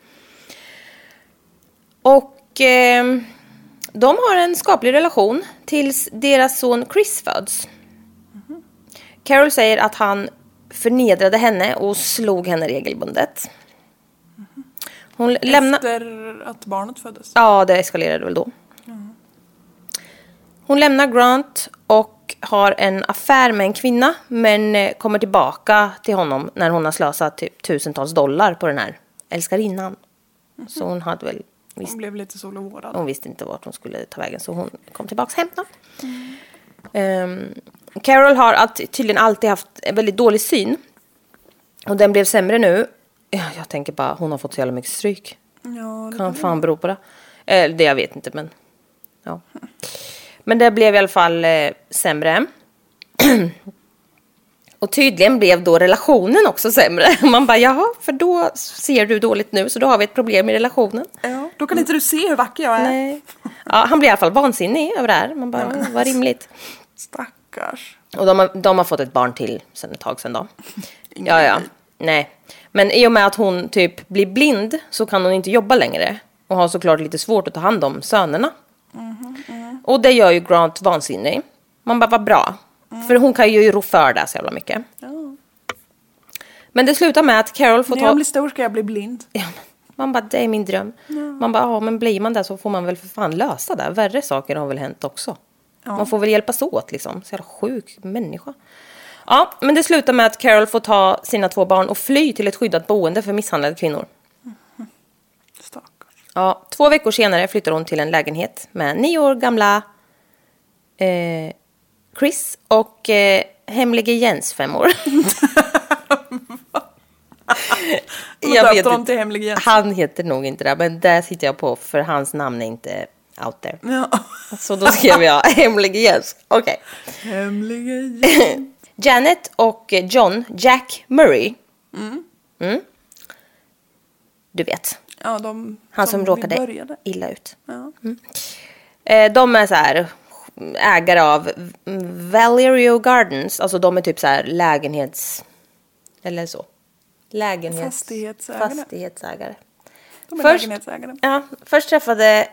Och eh, de har en skaplig relation tills deras son Chris föds. Mm. Carol säger att han förnedrade henne och slog henne regelbundet. Mm. Hon Efter lämna... att barnet föddes? Ja, det eskalerade väl då. Mm. Hon lämnar Grant och har en affär med en kvinna. Men kommer tillbaka till honom när hon har slösat typ tusentals dollar på den här älskarinnan. Mm. Så hon hade väl... Visst, hon blev lite sol och vårad. Hon visste inte vart hon skulle ta vägen. Så hon kom tillbaka hem då. Mm. Um, Carol har alltid, tydligen alltid haft en väldigt dålig syn. Och den blev sämre nu. Ja, jag tänker bara, hon har fått så jävla mycket stryk. Ja, det kan fan bero på det. Eh, det jag vet inte, men... Ja. Men det blev i alla fall eh, sämre. Och tydligen blev då relationen också sämre. Man bara, jaha, för då ser du dåligt nu. Så då har vi ett problem i relationen. Ja, då kan inte du se hur vacker jag är. Nej. Ja, han blir i alla fall vansinnig över det här. Man bara, ja. Vad rimligt. Stackars. Och de har, de har fått ett barn till sen ett tag sedan då. Ja, ja. Nej. Men i och med att hon typ blir blind så kan hon inte jobba längre. Och har såklart lite svårt att ta hand om sönerna. Mm, mm. Och det gör ju Grant vansinnig. Man bara, vad bra. Mm. För hon kan ju rå för det så jävla mycket. Ja. Men det slutar med att Carol får ta... När jag blir stor ska jag bli blind. Ja, man bara, det är min dröm. Ja. Man bara, ja men blir man där så får man väl för fan lösa det. Värre saker har väl hänt också. Ja. Man får väl hjälpas åt liksom. Så jävla sjuk människa. Ja, men det slutar med att Carol får ta sina två barn och fly till ett skyddat boende för misshandlade kvinnor. Mm. Stackars. Ja, två veckor senare flyttar hon till en lägenhet med nio år gamla eh, Chris och eh, hemlige Jens fem år. Jag vet inte. Hemlige Jens. Han heter nog inte det, men där sitter jag på för hans namn är inte out there. Ja. Så då skrev jag hemlige Jens. Okej. Okay. Hemlige Jens. Janet och John Jack Murray. Mm. Mm. Du vet. Ja, de han som, som råkade började. illa ut. Ja. Mm. Eh, de är så här ägare av Valerio Gardens. Alltså de är typ så här lägenhets... Eller så. Lägenhets... Fastighetsägare. Fastighetsägare. De är först, lägenhetsägare. Ja, först träffade...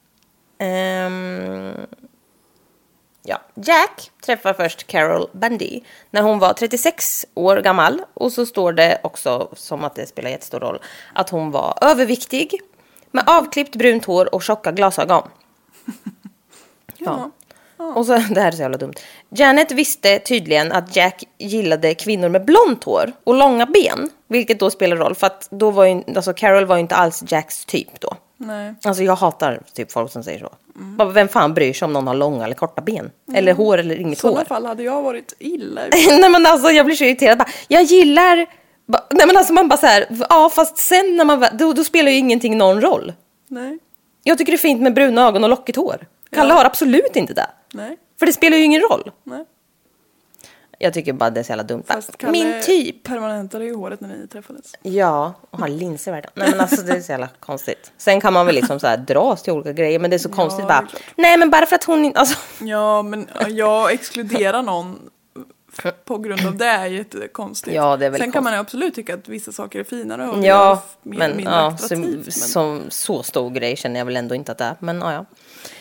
Um, ja, Jack träffar först Carol Bundy när hon var trettiosex år gammal. Och så står det också, som att det spelar jättestor roll, att hon var överviktig med avklippt brunt hår och tjocka glasögon. Ja. Ja. Och så, det här är så jävla dumt. Janet visste tydligen att Jack gillade kvinnor med blont hår och långa ben. Vilket då spelar roll, för att då var ju, alltså Carol var ju inte alls Jacks typ då. Nej. Alltså jag hatar typ folk som säger så. Mm. Vem fan bryr sig om någon har långa eller korta ben? Mm. Eller hår eller inget hår? I sådana fall hade jag varit illa. Nej men alltså jag blir så irriterad. Bara, jag gillar... Nej men alltså man bara så här... Ja fast sen när man... Då, då spelar ju ingenting någon roll. Nej. Jag tycker det är fint med bruna ögon och lockigt hår. Kalle ja. har absolut inte det. Nej. För det spelar ju ingen roll. Nej. Jag tycker bara det är så jävla dumt. Fast Kalle min typ. Permanentade ju håret när ni träffades. Ja, och har linser värda. Nej men alltså det är så jävla konstigt. Sen kan man väl liksom så här dras till olika grejer. Men det är så ja, konstigt bara. Nej men bara för att hon inte... Alltså. Ja men jag exkluderar någon på grund av det är jättekonstigt. Ja, det är väl Sen konstigt. kan man ju absolut tycka att vissa saker är finare. Och ja, mer, men, mindre ja attraktivt, som, men... som så stor grej känner jag väl ändå inte att det är. Men ja, ja.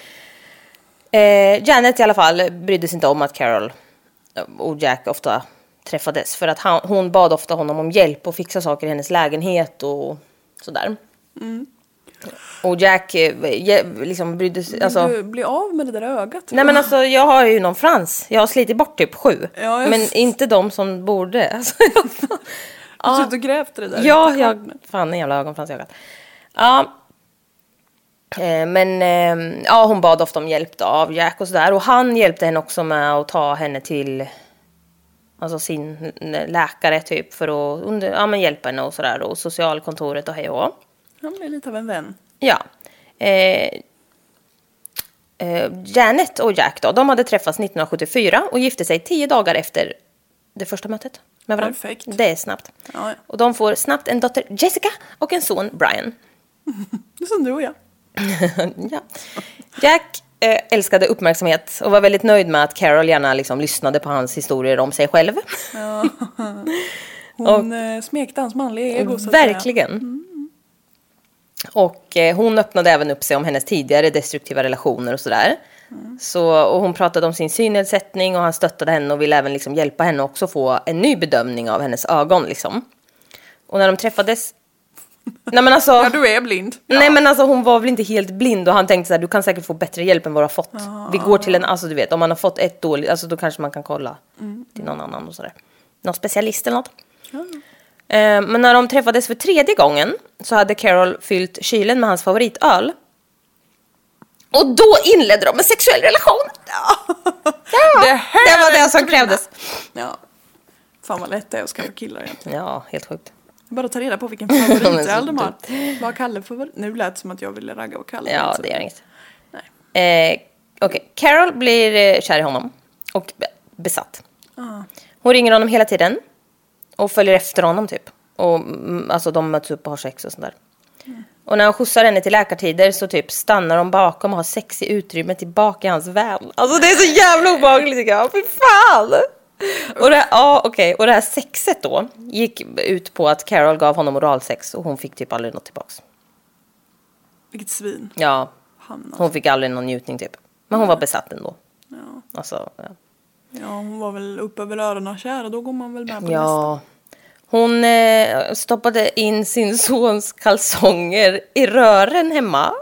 Eh, Janet i alla fall brydde sig inte om att Carol och Jack ofta träffades. För att han, hon bad ofta honom om hjälp och fixa saker i hennes lägenhet och sådär. Mm. Och Jack liksom brydde sig... Alltså, vill du bli av med det där ögat? Nej men alltså jag har ju någon frans. Jag har slitit bort typ sju. Ja, men inte de som borde. Alltså, jag, du har och grävt det där. Ja, jag... Fan en jävla ögonfrans i ögat. Ja. Men ja, hon bad ofta om hjälp då, av Jack och sådär. Och han hjälpte henne också med att ta henne till... alltså sin läkare typ för att under, ja, men hjälpa henne och sådär. Och socialkontoret och hej och. Han blir lite av en vän. Ja. Eh, eh, Janet och Jack då, de hade träffats nittonhundrasjuttiofyra och gifte sig tio dagar efter det första mötet med varandra. Perfekt. Det är snabbt. Ja, ja. Och de får snabbt en dotter Jessica och en son Brian. Det är som du och jag. Ja. Jack eh, älskade uppmärksamhet och var väldigt nöjd med att Carol gärna liksom lyssnade på hans historier om sig själv. Ja. Hon och, smekte hans manliga ego. Så verkligen. Mm. Och eh, hon öppnade även upp sig om hennes tidigare destruktiva relationer och sådär. Mm. Så, och hon pratade om sin synnedsättning och han stöttade henne och ville även liksom hjälpa henne också få en ny bedömning av hennes ögon. Liksom. Och när de träffades... Nej, men alltså, ja, du är blind. Ja. Nej, men alltså hon var väl inte helt blind och han tänkte så här, du kan säkert få bättre hjälp än vad du har fått. Ja. Vi går till en, alltså du vet, om man har fått ett dåligt, alltså då kanske man kan kolla mm. till någon annan och sådär. Någon specialist eller något. Ja. Eh, men när de träffades för tredje gången så hade Carol fyllt kylen med hans favoritöl. Och då inledde de en sexuell relation. Ja, ja. Det, det var det som krävdes. Ja. Fan vad lätt det är att skaffa killar egentligen. Ja, helt sjukt. Bara ta reda på vilken favoritöl de har. Vad Kalle favorit? Nu lät det som att jag ville ragga och Kalle. Ja, det gör inget. Nej. Eh, Okej, okay. Carol blir eh, kär i honom. Och be- besatt. Ah. Hon ringer honom hela tiden. Och följer efter honom typ. Och mm, alltså de möts upp och har sex och sådär. Mm. Och när han skjutsar henne till läkartider så typ stannar de bakom och har sex i utrymmet tillbaka i hans van. Alltså det är så jävla obehagligt tycker jag. Fy fan! Och det, ja, okej. Och det här sexet då gick ut på att Carol gav honom oralsex och hon fick typ aldrig något tillbaks. Vilket svin. Ja, hon fick aldrig någon njutning typ. Men hon var besatt ändå. Ja. Alltså, ja. Ja, hon var väl uppe över öronen kär och då går man väl med på ja. Nästa. Hon eh, stoppade in sin sons kalsonger i rören hemma.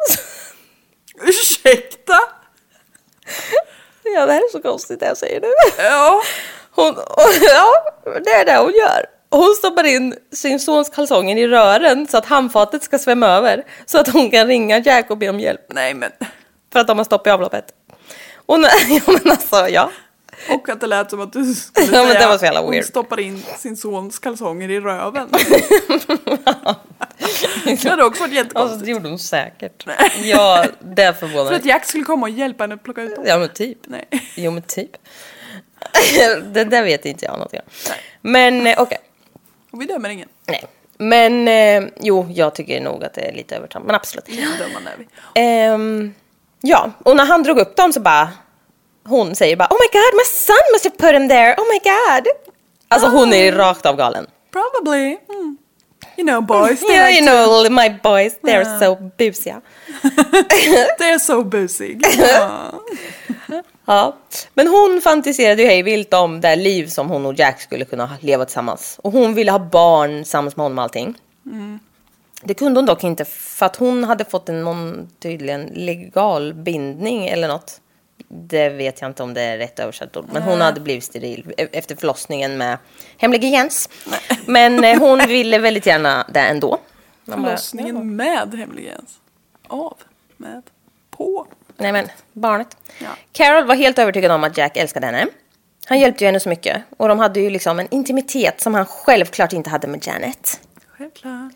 Ursäkta? Ja, det här är så konstigt det jag säger nu. Ja. Hon, ja, det är det hon gör. Hon stoppar in sin sons kalsonger i rören så att handfatet ska svämma över. Så att hon kan ringa Jack och be om hjälp. Nej, men... För att de har stopp i avloppet. Och nej, ja, men alltså, ja. Och att det lät som att du skulle ja, säga men det var så jävla weird. Hon stoppar in sin sons kalsonger i röven. Det hade också varit jättekonstigt. Alltså, det gjorde hon säkert. Ja, det är förvånande. För att Jack skulle komma och hjälpa henne att plocka ut dem. Ja, men typ. Nej. Jo, men typ. Det där vet inte jag något. Nej. Men, okej. Okay. Och vi dömer ingen. Nej. Men, eh, jo, jag tycker nog att det är lite övertramp. Men absolut. Lite dömande är vi. Ehm, ja, och när han drog upp dem så bara... Hon säger bara, oh my god, my son must have put him there. Oh my god. Alltså oh. Hon är rakt av galen. Probably. Mm. You know boys. Yeah, like you know to... my boys. They're yeah. so busiga. They're so busy. Yeah. Ja. Men hon fantiserade ju hej vilt om det liv som hon och Jack skulle kunna leva tillsammans. Och hon ville ha barn tillsammans med honom och allting. Mm. Det kunde hon dock inte för att hon hade fått en någon tydligen legal bindning eller något. Det vet jag inte om det är rätt översatt ord. Men hon hade blivit steril efter förlossningen med hemlig Jens. Men eh, hon ville väldigt gärna det ändå. Förlossningen bara, med hemlig Jens? Av? Med? På? Nej men, barnet. Ja. Carol var helt övertygad om att Jack älskade henne. Han hjälpte ju henne så mycket. Och de hade ju liksom en intimitet som han självklart inte hade med Janet. Självklart.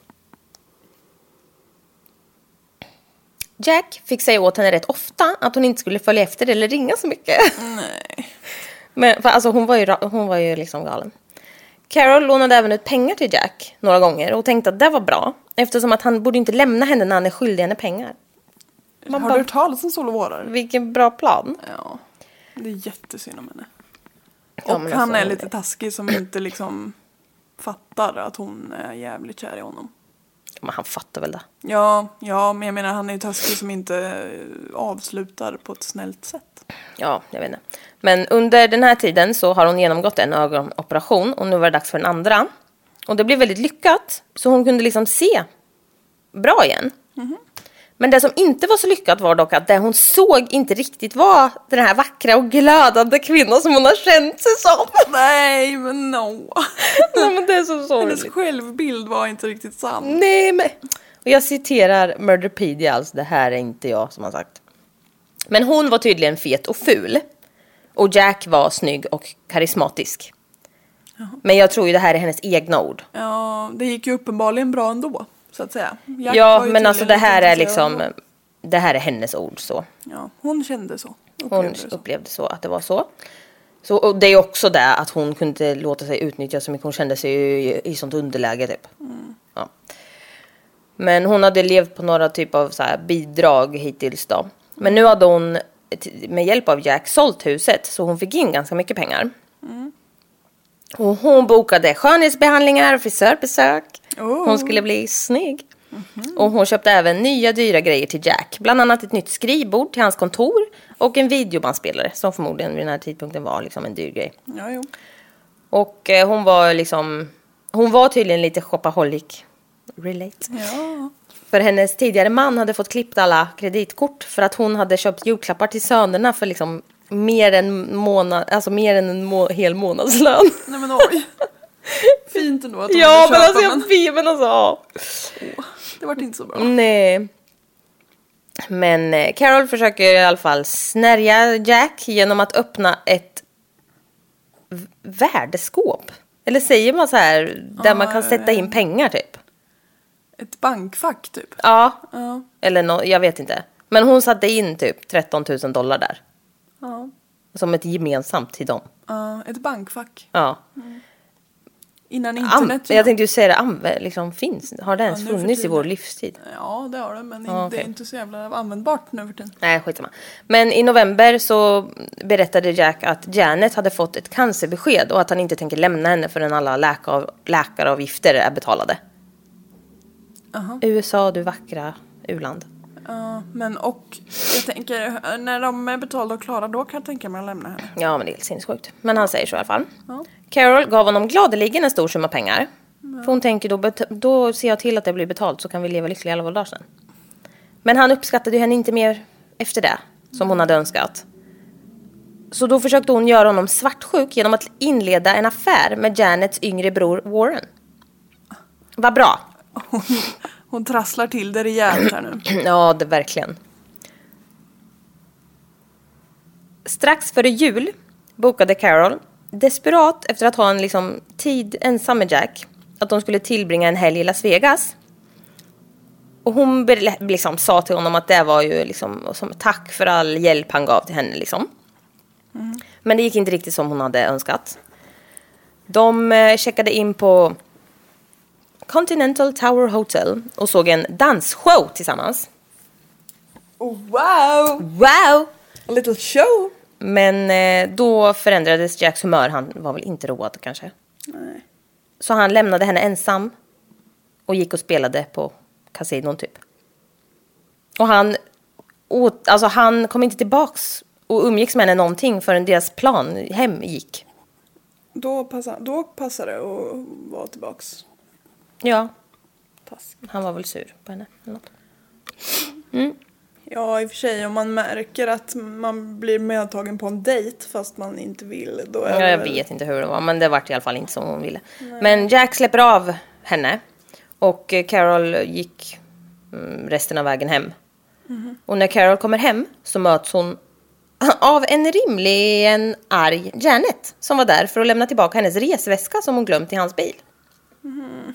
Jack fick säga åt henne rätt ofta att hon inte skulle följa efter eller ringa så mycket. Nej. Men för alltså hon var ju hon var ju liksom galen. Carol lånade även ut pengar till Jack några gånger och tänkte att det var bra eftersom att han borde inte lämna henne när han är skyldig henne pengar. Man har bara, du hört talas om Sol och vårar? Vilken bra plan. Ja. Det är jättesynd om henne. Ja, och han är lite taskig som inte liksom fattar att hon är jävligt kär i honom. Men han fattar väl det. Ja, ja, men jag menar han är ju taskig som inte avslutar på ett snällt sätt. Ja, jag vet inte. Men under den här tiden så har hon genomgått en ögonoperation och nu var det dags för den andra. Och det blev väldigt lyckat så hon kunde liksom se bra igen. Mm-hmm. Men det som inte var så lyckat var dock att det hon såg inte riktigt var den här vackra och glödande kvinnan som hon har känt sig som. Nej, men no. Nej, men det är så sorgligt. Hennes självbild var inte riktigt sann. Nej, men... Och jag citerar Murderpedia, alltså det här är inte jag som har sagt. Men hon var tydligen fet och ful. Och Jack var snygg och karismatisk. Jaha. Men jag tror ju det här är hennes egna ord. Ja, det gick ju uppenbarligen bra ändå, så att säga. Jack ja, men alltså det här är liksom, det här är hennes ord så. Ja, hon kände så. Upplevde hon så. upplevde så att det var så. så. Och det är också det att hon kunde låta sig utnyttja så mycket. Hon kände sig i, i sånt underläge typ. Mm. Ja. Men hon hade levt på några typ av så här bidrag hittills då. Men nu hade hon med hjälp av Jack sålt huset. Så hon fick in ganska mycket pengar. Mm. Och hon bokade skönhetsbehandlingar och frisörbesök. Oh. Hon skulle bli snygg. Mm-hmm. Och hon köpte även nya dyra grejer till Jack. Bland annat ett nytt skrivbord till hans kontor. Och en videobandspelare som förmodligen vid den här tidpunkten var liksom en dyr grej. Ja, jo. Och eh, hon var liksom... Hon var tydligen lite shopaholic. Relate. Ja. För hennes tidigare man hade fått klippt alla kreditkort. För att hon hade köpt julklappar till sönerna för liksom mer än, månad, alltså mer än en må- hel månadslön. Nej men oj. Fint ändå att hon ja, köpa, men alltså jag vet, men alltså ja. Oh, det var inte så bra. Nej. Men eh, Carol försöker i alla fall snärja Jack genom att öppna ett v- värdeskåp. Eller säger man så här, där ah, man kan sätta in pengar typ. Ett bankfack typ. Ja. Ja. Eller no, jag vet inte. Men hon satte in typ tretton tusen dollar där. Ja. Som ett gemensamt till dem. Ja, ett bankfack. Ja. Mm. Innan internet. Am- jag tänkte ju säga det, anv- liksom finns. Har det ens ja, funnits i vår livstid? Ja, det har det. Men ja, det okay. är inte så jävla användbart nu för tiden. Nej, skitsamma. Men i november så berättade Jack att Janet hade fått ett cancerbesked. Och att han inte tänker lämna henne förrän alla läkar- läkaravgifter är betalade. Uh-huh. U S A, du vackra u-land. Ja, men och jag tänker, när de är betalda och klara, då kan jag tänka mig att lämna henne. Ja, men det är helt sinnessjukt. Men han säger så i alla fall. Ja. Carol gav honom gladeligen en stor summa pengar. Ja. För hon tänker, då, bet- då ser jag till att det blir betalt så kan vi leva lyckliga alla våra dagar sen. Men han uppskattade ju henne inte mer efter det, som hon hade önskat. Så då försökte hon göra honom svartsjuk genom att inleda en affär med Janets yngre bror Warren. Vad bra. Hon, hon trasslar till det rejält här nu. Ja, det verkligen. Strax före jul bokade Carol, desperat efter att ha en liksom, tid ensam med Jack, att de skulle tillbringa en helg i Las Vegas. Och hon liksom, sa till honom att det var ju liksom, som tack för all hjälp han gav till henne. Liksom. Mm. Men det gick inte riktigt som hon hade önskat. De eh, checkade in på Continental Tower Hotel och såg en dansshow tillsammans. Oh, wow! Wow! A little show! Men eh, då förändrades Jacks humör. Han var väl inte road kanske. Nej. Så han lämnade henne ensam och gick och spelade på kasinon typ. Och han, åt, alltså han kom inte tillbaks och umgicks med henne någonting förrän deras plan hem gick. Då passade, då passade det att vara tillbaks. Ja. Task. Han var väl sur på henne eller något. Mm. Ja, i och för sig om man märker att man blir medtagen på en dejt fast man inte vill, då är ja, jag väl... vet inte hur det var, men det var i alla fall inte som hon ville. Nej. Men Jack släpper av henne och Carol gick resten av vägen hem. Mm-hmm. Och när Carol kommer hem så möts hon av en rimlig, en arg Janet som var där för att lämna tillbaka hennes resväska som hon glömt i hans bil. Mm.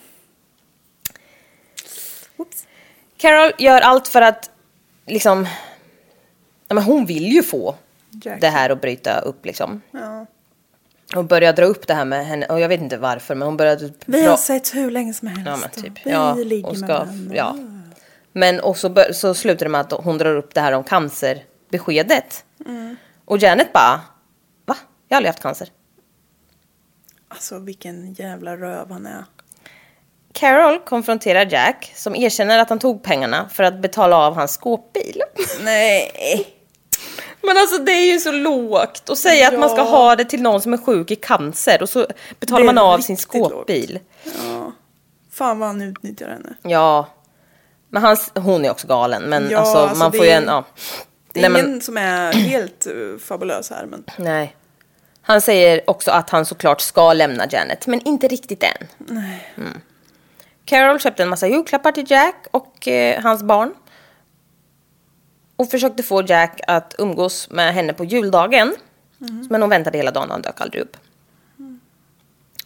Oops. Carol gör allt för att liksom, ja, men hon vill ju få Jack. Det här att bryta upp liksom. Ja. Och börja dra upp det här med henne, och jag vet inte varför, men hon började vi har sett hur länge som helst. Ja, men typ. Vi ja, ligger hon ska, med varandra. Ja. Men och så, bör, så slutar det med att hon drar upp det här om cancerbeskedet. Mm. Och Janet bara, va? Jag har aldrig haft cancer. Alltså vilken jävla röv han är. Carol konfronterar Jack som erkänner att han tog pengarna för att betala av hans skåpbil. Nej. Men alltså det är ju så lågt att säga ja. Att man ska ha det till någon som är sjuk i cancer och så betalar man av sin skåpbil. Ja. Fan vad han utnyttjar henne. Ja. Men hans, hon är också galen. Men ja, alltså, alltså man får ju en... Ja. Det är Nej, ingen men, som är helt uh, fabulös här. Men... Nej. Han säger också att han såklart ska lämna Janet. Men inte riktigt än. Nej. Mm. Carol köpte en massa julklappar till Jack och eh, hans barn. Och försökte få Jack att umgås med henne på juldagen. Mm. Men hon väntade hela dagen och han dök aldrig upp. Mm.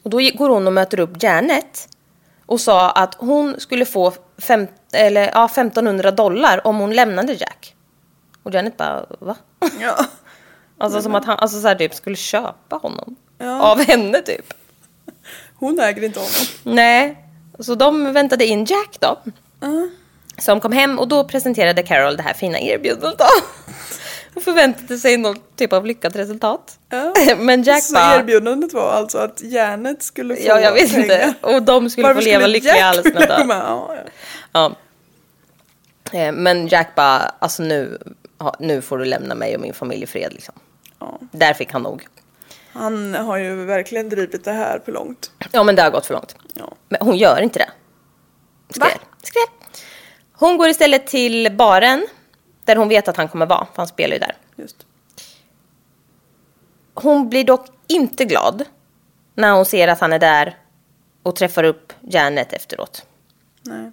Och då går hon och möter upp Janet och sa att hon skulle få fem, eller, ja, femtonhundra dollar om hon lämnade Jack. Och Janet bara, va? Ja. Alltså som att han alltså, så här, typ, skulle köpa honom. Ja. Av henne typ. Hon äger inte honom. Nej. Så de väntade in Jack då. Uh. Som kom hem och då presenterade Carol det här fina erbjudandet då. Och förväntade sig någon typ av lyckat resultat. Ja. Men Jack så bara... erbjudandet var alltså att Janet skulle få Ja, jag vet pengar. inte. Och de skulle Varför få leva skulle lyckliga Jack alla sina dagar. Ja, ja. Ja. Eh, Men Jack bara, alltså nu, ja, nu får du lämna mig och min familj i fred liksom. Ja. Där fick han nog. Han har ju verkligen drivit det här för långt. Ja, men det har gått för långt. Ja. Men hon gör inte det. Skräll. Va? Skräll. Hon går istället till baren där hon vet att han kommer vara. För han spelar ju där. Just. Hon blir dock inte glad när hon ser att han är där och träffar upp Janet efteråt. Nej.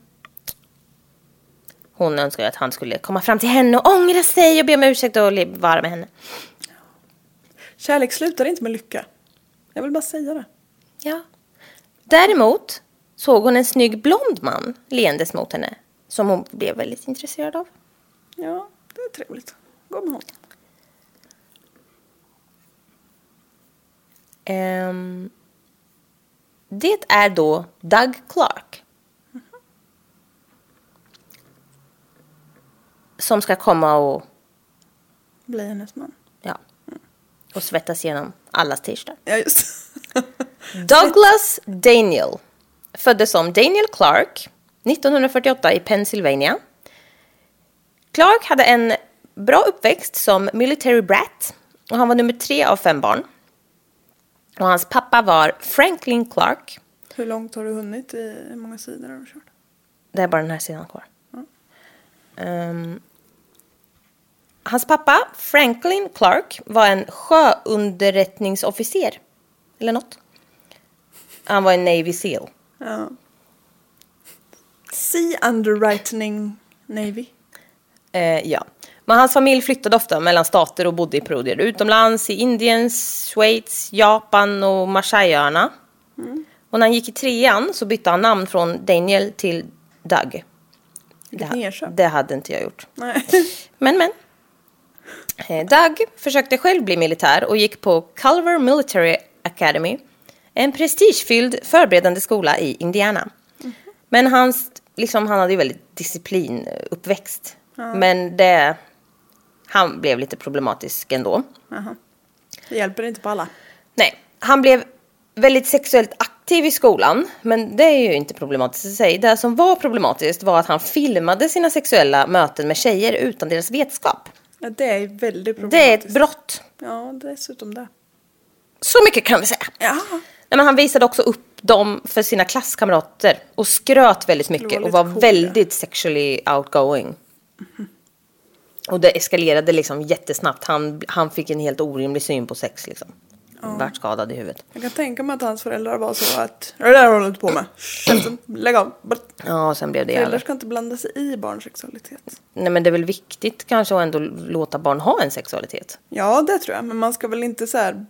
Hon önskar att han skulle komma fram till henne och ångra sig och be om ursäkt och vara med henne. Kärlek slutar inte med lycka. Jag vill bara säga det. Ja. Däremot såg hon en snygg blond man leendes mot henne som hon blev väldigt intresserad av. Ja, det är trevligt. Gå med honom. Um, det är då Doug Clark. Mm-hmm. Som ska komma och... Bli hennes man. Ja. Och svettas igenom allas t-shirtar. Ja, just. Douglas Daniel föddes som Daniel Clark nittonhundrafyrtioåtta i Pennsylvania. Clark hade en bra uppväxt som military brat och han var nummer tre av fem barn. Och hans pappa var Franklin Clark. Hur långt har du hunnit i hur många sidor har du kört? Det är bara den här sidan kvar. Mm. Um, hans pappa Franklin Clark var en sjöunderrättningsofficer. Eller något. Han var en Navy SEAL. Ja. Sea Underwriting Navy. Eh, ja. Men hans familj flyttade ofta mellan stater och bodde i perioder utomlands, i Indien, Schweiz, Japan och Marshallöarna. Mm. Och när han gick i trean så bytte han namn från Daniel till Doug. Det, det hade inte jag gjort. Nej. Men, men. Eh, Doug försökte själv bli militär och gick på Culver Military Academy. En prestigefylld förberedande skola i Indiana. Mm. Men hans, liksom, han hade ju väldigt disciplinuppväxt. Mm. Men det, han blev lite problematisk ändå. Mm. Det hjälper inte på alla. Nej, han blev väldigt sexuellt aktiv i skolan. Men det är ju inte problematiskt i sig. Det som var problematiskt var att han filmade sina sexuella möten med tjejer utan deras vetskap. Ja, det är väldigt problematiskt. Det är ett brott. Ja, dessutom det. Så mycket kan vi säga. Ja. Nej, men han visade också upp dem för sina klasskamrater. Och skröt väldigt mycket. Var och var cool, väldigt sexually outgoing. Mm-hmm. Och det eskalerade liksom jättesnabbt. Han, han fick en helt orimlig syn på sex liksom. Ja. Vart skadad i huvudet. Jag kan tänka mig att hans föräldrar var så att det där håller du inte på med. Käften, lägg av. Ja, och sen blev det Föräldrar jävla... ska inte blanda sig i barns sexualitet. Nej, men det är väl viktigt kanske att ändå låta barn ha en sexualitet. Ja, det tror jag. Men man ska väl inte så här...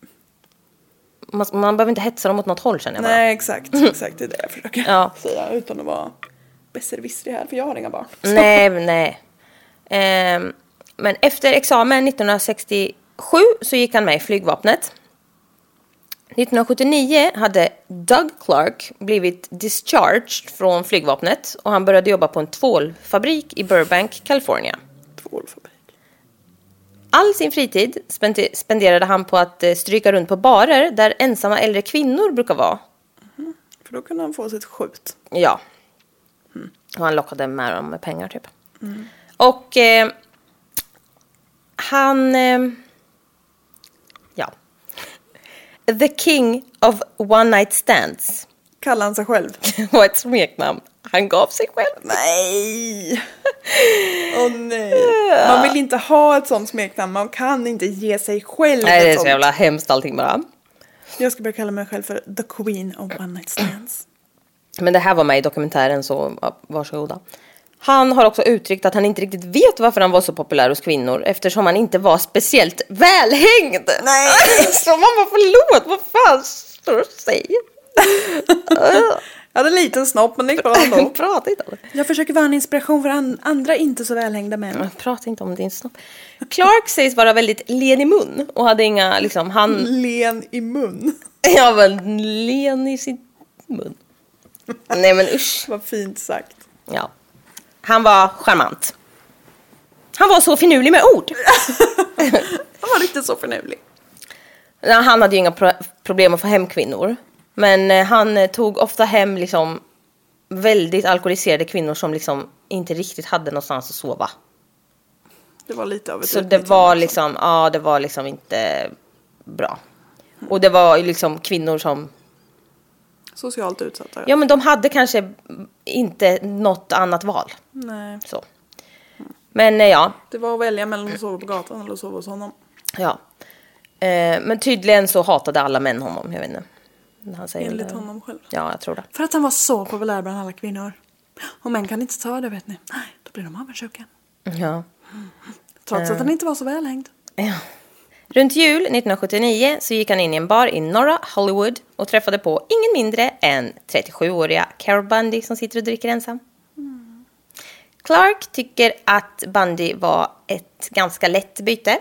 Man, man behöver inte hetsa dem åt något håll, känner jag bara. Nej, exakt. Exakt, det är det jag försöker ja. säga. Utan att vara besserwissrig här, för jag har inga barn. Så. Nej, nej. Ehm, men efter examen nittonhundrasextiosju så gick han med i flygvapnet. nittonhundrasjuttionio hade Doug Clark blivit discharged från flygvapnet och han började jobba på en tvålfabrik i Burbank, California. Tvålfabrik. All sin fritid spenderade han på att stryka runt på barer där ensamma äldre kvinnor brukar vara. Mm. För då kunde han få sitt skjut. Ja. Mm. Och han lockade med dem med pengar typ. Mm. Och eh, han... Eh, ja. The King of One Night Stands. Kallar han sig själv? Och ett smeknamn. Han gav sig själv. Nej. Åh oh, nej. Man vill inte ha ett sånt smeknamn. Man kan inte ge sig själv. Nej, det är så sånt. jävla hemskt allting bara. Jag ska börja kalla mig själv för The Queen of One Night Stands. Men det här var med i dokumentären, så varsågoda. Han har också uttryckt att han inte riktigt vet varför han var så populär hos kvinnor. Eftersom han inte var speciellt välhängd. Nej. Så man bara, förlåt, vad fan. står och säger. Jag hade en liten snopp, men det gick bra ändå. Prata inte om det. Jag försöker vara en inspiration för an- andra inte så välhängda män. Prata inte om din snopp. Clark sägs vara väldigt len i mun och hade inga, liksom, han... Len i mun. Ja, men len i sin mun. Nej, men usch. Vad fint sagt. Ja. Han var charmant. Han var så finurlig med ord. Han var riktigt så finurlig. Han hade ju inga pro- problem att få hem kvinnor. Men eh, han eh, tog ofta hem liksom väldigt alkoholiserade kvinnor som liksom inte riktigt hade någonstans att sova. Det var lite av ett Så det var liksom, ja, det var liksom inte bra. Och det var liksom kvinnor som... Socialt utsatta. Ja, men de hade kanske inte något annat val. Nej. Så. Men eh, ja. Det var att välja mellan att sova på gatan eller att sova hos honom. Ja. Eh, men tydligen så hatade alla män honom, jag vet inte. Han säger Enligt det. honom själv. Ja, jag tror det. För att han var så populär bland alla kvinnor. Och män kan inte ta det, vet ni. Nej, då blir de avundsjuka. Ja. Trots att han inte var så välhängd. Ja. Runt jul nittonhundrasjuttionio så gick han in i en bar i norra Hollywood och träffade på ingen mindre än trettiosjuåriga Carol Bundy som sitter och dricker ensam. Mm. Clark tycker att Bundy var ett ganska lätt byte.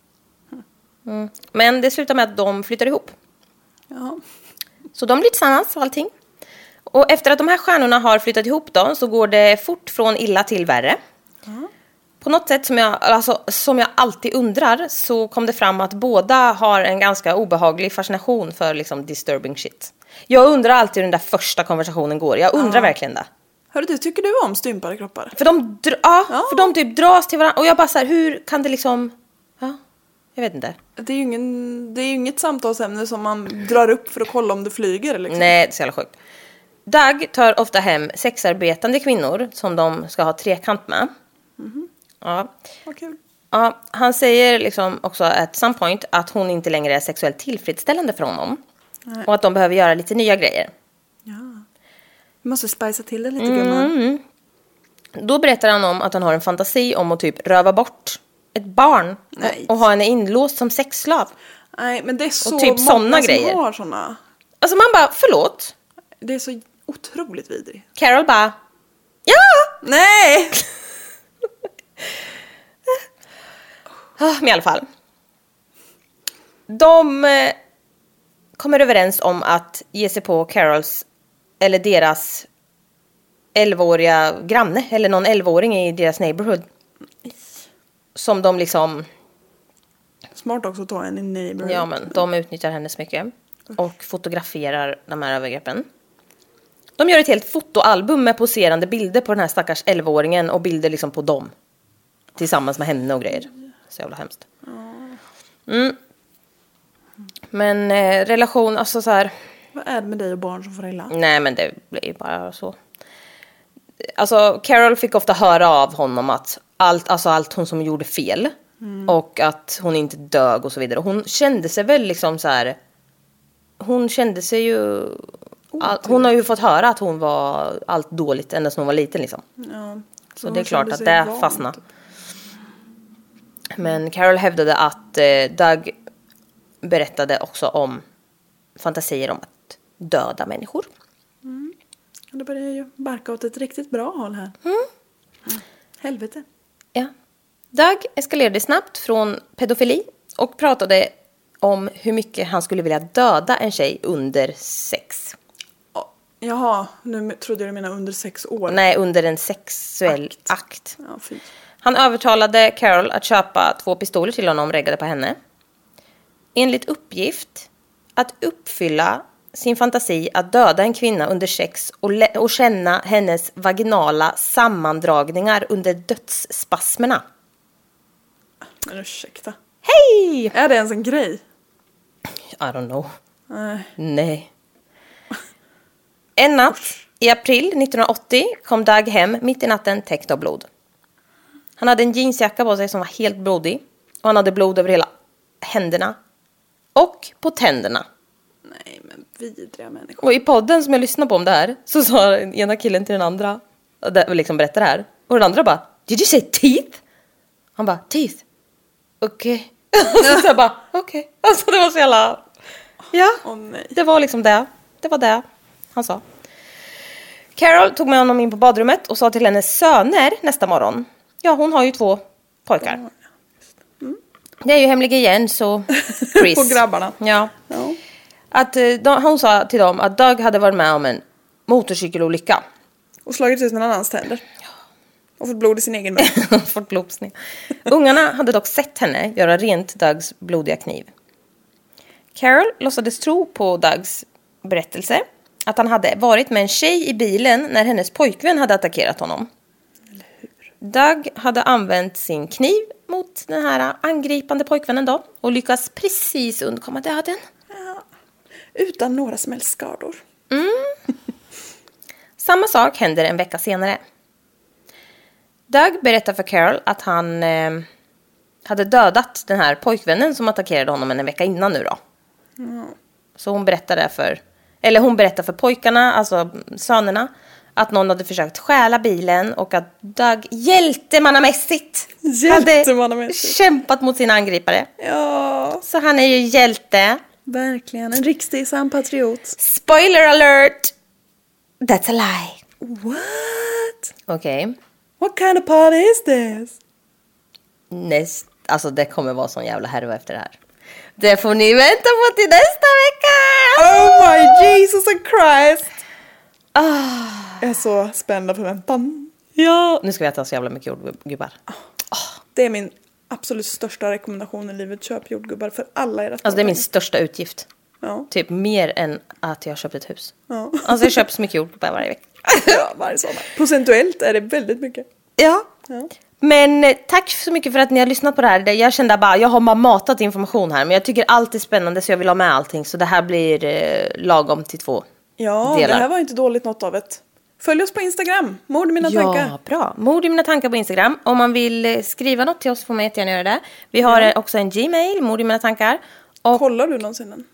Mm. Men det slutar med att de flyttar ihop. Ja. Så de blir tillsammans och allting. Och efter att de här stjärnorna har flyttat ihop då så går det fort från illa till värre. Mm. På något sätt som jag, alltså, som jag alltid undrar så kom det fram att båda har en ganska obehaglig fascination för liksom disturbing shit. Jag undrar alltid hur den där första konversationen går. Jag undrar ja. verkligen det. Hörru du, tycker du om stympade kroppar? För de, dr- ja, ja. för de typ dras till varandra. Och jag bara så här, hur kan det liksom... Ja, jag vet inte. Det är ju ingen, det är ju inget samtalsämne som man drar upp för att kolla om det flyger. Liksom. Nej, det är så jävla sjukt. Doug tar ofta hem sexarbetande kvinnor som de ska ha trekant med. Mm-hmm. Ja. Vad kul. Ja, han säger liksom också at some point att hon inte längre är sexuellt tillfredsställande för honom. Nej. Och att de behöver göra lite nya grejer. Ja. Vi måste spicea till det lite, gumman. Mm. Då berättar han om att han har en fantasi om att typ röva bort ett barn. Nej. Och, och ha henne inlåst som sexslav. Nej, men det är så och typ många såna som grejer. har såna. Alltså man bara, förlåt. Det är så otroligt vidrigt. Carol bara, ja! Nej! Men i alla fall. De eh, kommer överens om att ge sig på Carols eller deras elvaåriga granne eller någon elvaåring i deras neighborhood. Som de liksom... Smart också att ta en i neighborhood. Ja, men de utnyttjar henne så mycket. Och fotograferar de här övergreppen. De gör ett helt fotoalbum med poserande bilder på den här stackars elvaåringen och bilder liksom på dem. Tillsammans med henne och grejer. Så jävla hemskt. Mm. Men eh, relation, alltså så här... Vad är det med dig och barn som får illa? Nej, men det blir ju bara så. Alltså, Carol fick ofta höra av honom att allt, alltså allt hon som gjorde fel. Mm. Och att hon inte dög och så vidare. Hon kände sig väl liksom så här... Hon kände sig ju... All, hon har ju fått höra att hon var allt dåligt ända sedan hon var liten liksom. Ja, så, så det är klart att det vant. Fastnade. Men Carol hävdade att eh, Doug berättade också om fantasier om att döda människor. Mm. Det börjar ju barka åt ett riktigt bra håll här. Mm. Mm. Helvete. Ja. Doug eskalerade snabbt från pedofili och pratade om hur mycket han skulle vilja döda en tjej under sex. Jaha, nu trodde jag du menade under sex år. Nej, under en sexuell akt. akt. Ja, fint. Han övertalade Carol att köpa två pistoler till honom reggade på henne. Enligt uppgift att uppfylla sin fantasi att döda en kvinna under sex och, le- och känna hennes vaginala sammandragningar under dödsspasmerna. Men ursäkta. Hej! Är det ens en grej? I don't know. Nej. Nej. En natt i april nittonhundraåttio kom Doug hem mitt i natten täckt av blod. Han hade en jeansjacka på sig som var helt blodig. Och han hade blod över hela händerna. Och på tänderna. Nej, men vidriga människor. Och i podden som jag lyssnade på om det här så sa den ena killen till den andra och liksom berättade det här. Och den andra bara, did you say teeth? Han bara, teeth? Okej. Okay. Och så jag bara, okej. Okay. Alltså det var så jävla... Ja, Åh, nej. det var liksom det. Det var det han sa. Carol tog med honom in på badrummet och sa till hennes söner nästa morgon. Ja, hon har ju två pojkar. Mm. Det är ju hemliga Jens och Chris. På grabbarna. Ja. Ja. Att, de, hon sa till dem att Doug hade varit med om en motorcykelolycka. Och slagit ut en annans tänder. Och fått blod i sin egen mun. Fått blodpsning. Ungarna hade dock sett henne göra rent Dougs blodiga kniv. Carol låtsades tro på Dougs berättelse. Att han hade varit med en tjej i bilen när hennes pojkvän hade attackerat honom. Eller hur? Doug hade använt sin kniv mot den här angripande pojkvännen då. Och lyckats precis undkomma döden. Ja. Utan några som helst skador. Mm. Samma sak händer en vecka senare. Doug berättar för Carol att han eh, hade dödat den här pojkvännen som attackerade honom en vecka innan nu då. Mm. Så hon berättade för, eller hon berättade för pojkarna, alltså sönerna, att någon hade försökt stjäla bilen och att Doug hjältemannamässigt hade kämpat mot sina angripare. Ja. Så han är ju hjälte. Verkligen, en riktig sann patriot. Spoiler alert! That's a lie. What? Okej. Okay. What kind of party is this? Näst, alltså det kommer vara sån jävla härva efter det här. Det får ni vänta på till nästa vecka. Oh my Jesus and Christ. Ah. Jag är så spänd av förväntan. Ja. Nu ska vi äta så jävla mycket jordgubbar. Oh. Det är min absolut största rekommendation i livet. Köp jordgubbar för alla era. Alltså det är min största utgift. Ja. Typ mer än att jag har köpt ett hus. Ja. Alltså jag köper så mycket jordgubbar varje vecka. Ja, varje sommar. Procentuellt är det väldigt mycket. Ja. Ja. Men tack så mycket för att ni har lyssnat på det här. Jag kände bara, jag har bara matat information här. Men jag tycker allt är spännande så jag vill ha med allting. Så det här blir eh, lagom till två ja, delar. Det här var inte dåligt något av ett. Följ oss på Instagram, Mord i mina ja, tankar. Ja, bra. Mord i mina tankar på Instagram. Om man vill skriva något till oss får man jättegärna göra det. Vi har ja. också en Gmail, Mord i mina tankar. Och kollar du någonsin den?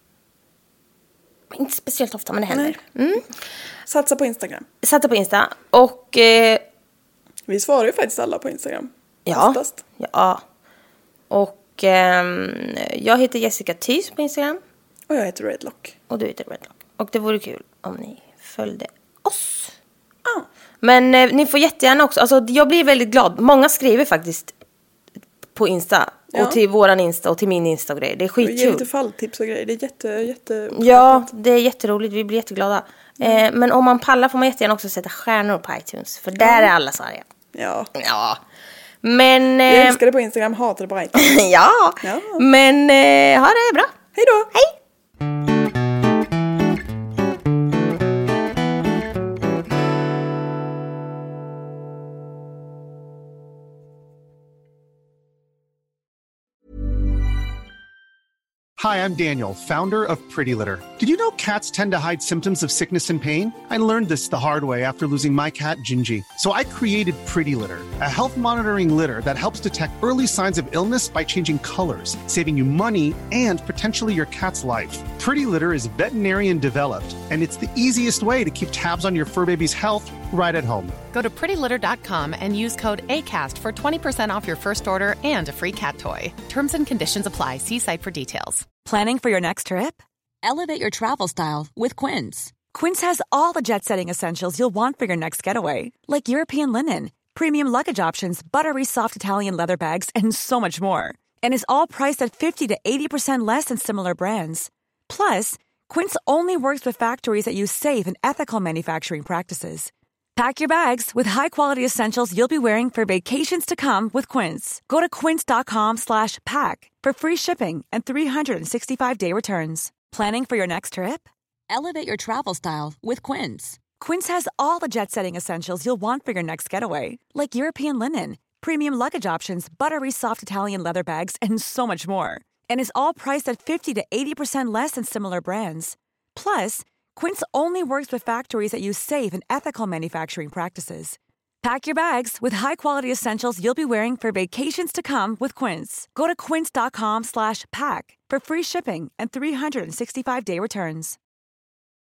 Inte speciellt ofta, men det händer. Mm. Satsa på Instagram. Satsa på Insta. Och eh, vi svarar ju faktiskt alla på Instagram. Ja, oftast. ja. Och eh, jag heter Jessica Thys på Instagram. Och jag heter Redlock. Och du heter Redlock. Och det vore kul om ni följde oss. Ah. Men eh, ni får jättegärna också, alltså jag blir väldigt glad. Många skriver faktiskt på Insta. Ja. Och till våran Insta och till min Insta och grejer. Det är skitkul. Det ger lite falltips och grejer. Det är jätte, jätte... Ja, det är jätteroligt. Vi blir jätteglada. Mm. Eh, men om man pallar får man jättegärna också sätta stjärnor på iTunes. För där mm. är alla sarga. Ja. Ja. Men... Eh... Jag älskar det på Instagram, hatar det på iTunes. ja. ja. Men eh, ha det bra. Hej då. Hej. Hi, I'm Daniel, founder of Pretty Litter. Did you know cats tend to hide symptoms of sickness and pain? I learned this the hard way after losing my cat, Gingy. So I created Pretty Litter, a health monitoring litter that helps detect early signs of illness by changing colors, saving you money and potentially your cat's life. Pretty Litter is veterinarian developed, and it's the easiest way to keep tabs on your fur baby's health right at home. Go to pretty litter dot com and use code ACAST for twenty percent off your first order and a free cat toy. Terms and conditions apply. See site for details. Planning for your next trip? Elevate your travel style with Quince. Quince has all the jet-setting essentials you'll want for your next getaway, like European linen, premium luggage options, buttery soft Italian leather bags, and so much more. And is all priced at fifty to eighty percent less than similar brands. Plus, Quince only works with factories that use safe and ethical manufacturing practices. Pack your bags with high-quality essentials you'll be wearing for vacations to come with Quince. Go to quince dot com slash pack for free shipping and three sixty-five day returns. Planning for your next trip? Elevate your travel style with Quince. Quince has all the jet-setting essentials you'll want for your next getaway, like European linen, premium luggage options, buttery soft Italian leather bags, and so much more. And is all priced at fifty to eighty percent less than similar brands. Plus, Quince only works with factories that use safe and ethical manufacturing practices. Pack your bags with high-quality essentials you'll be wearing for vacations to come with Quince. Go to quince dot com slash pack for free shipping and three sixty-five day returns.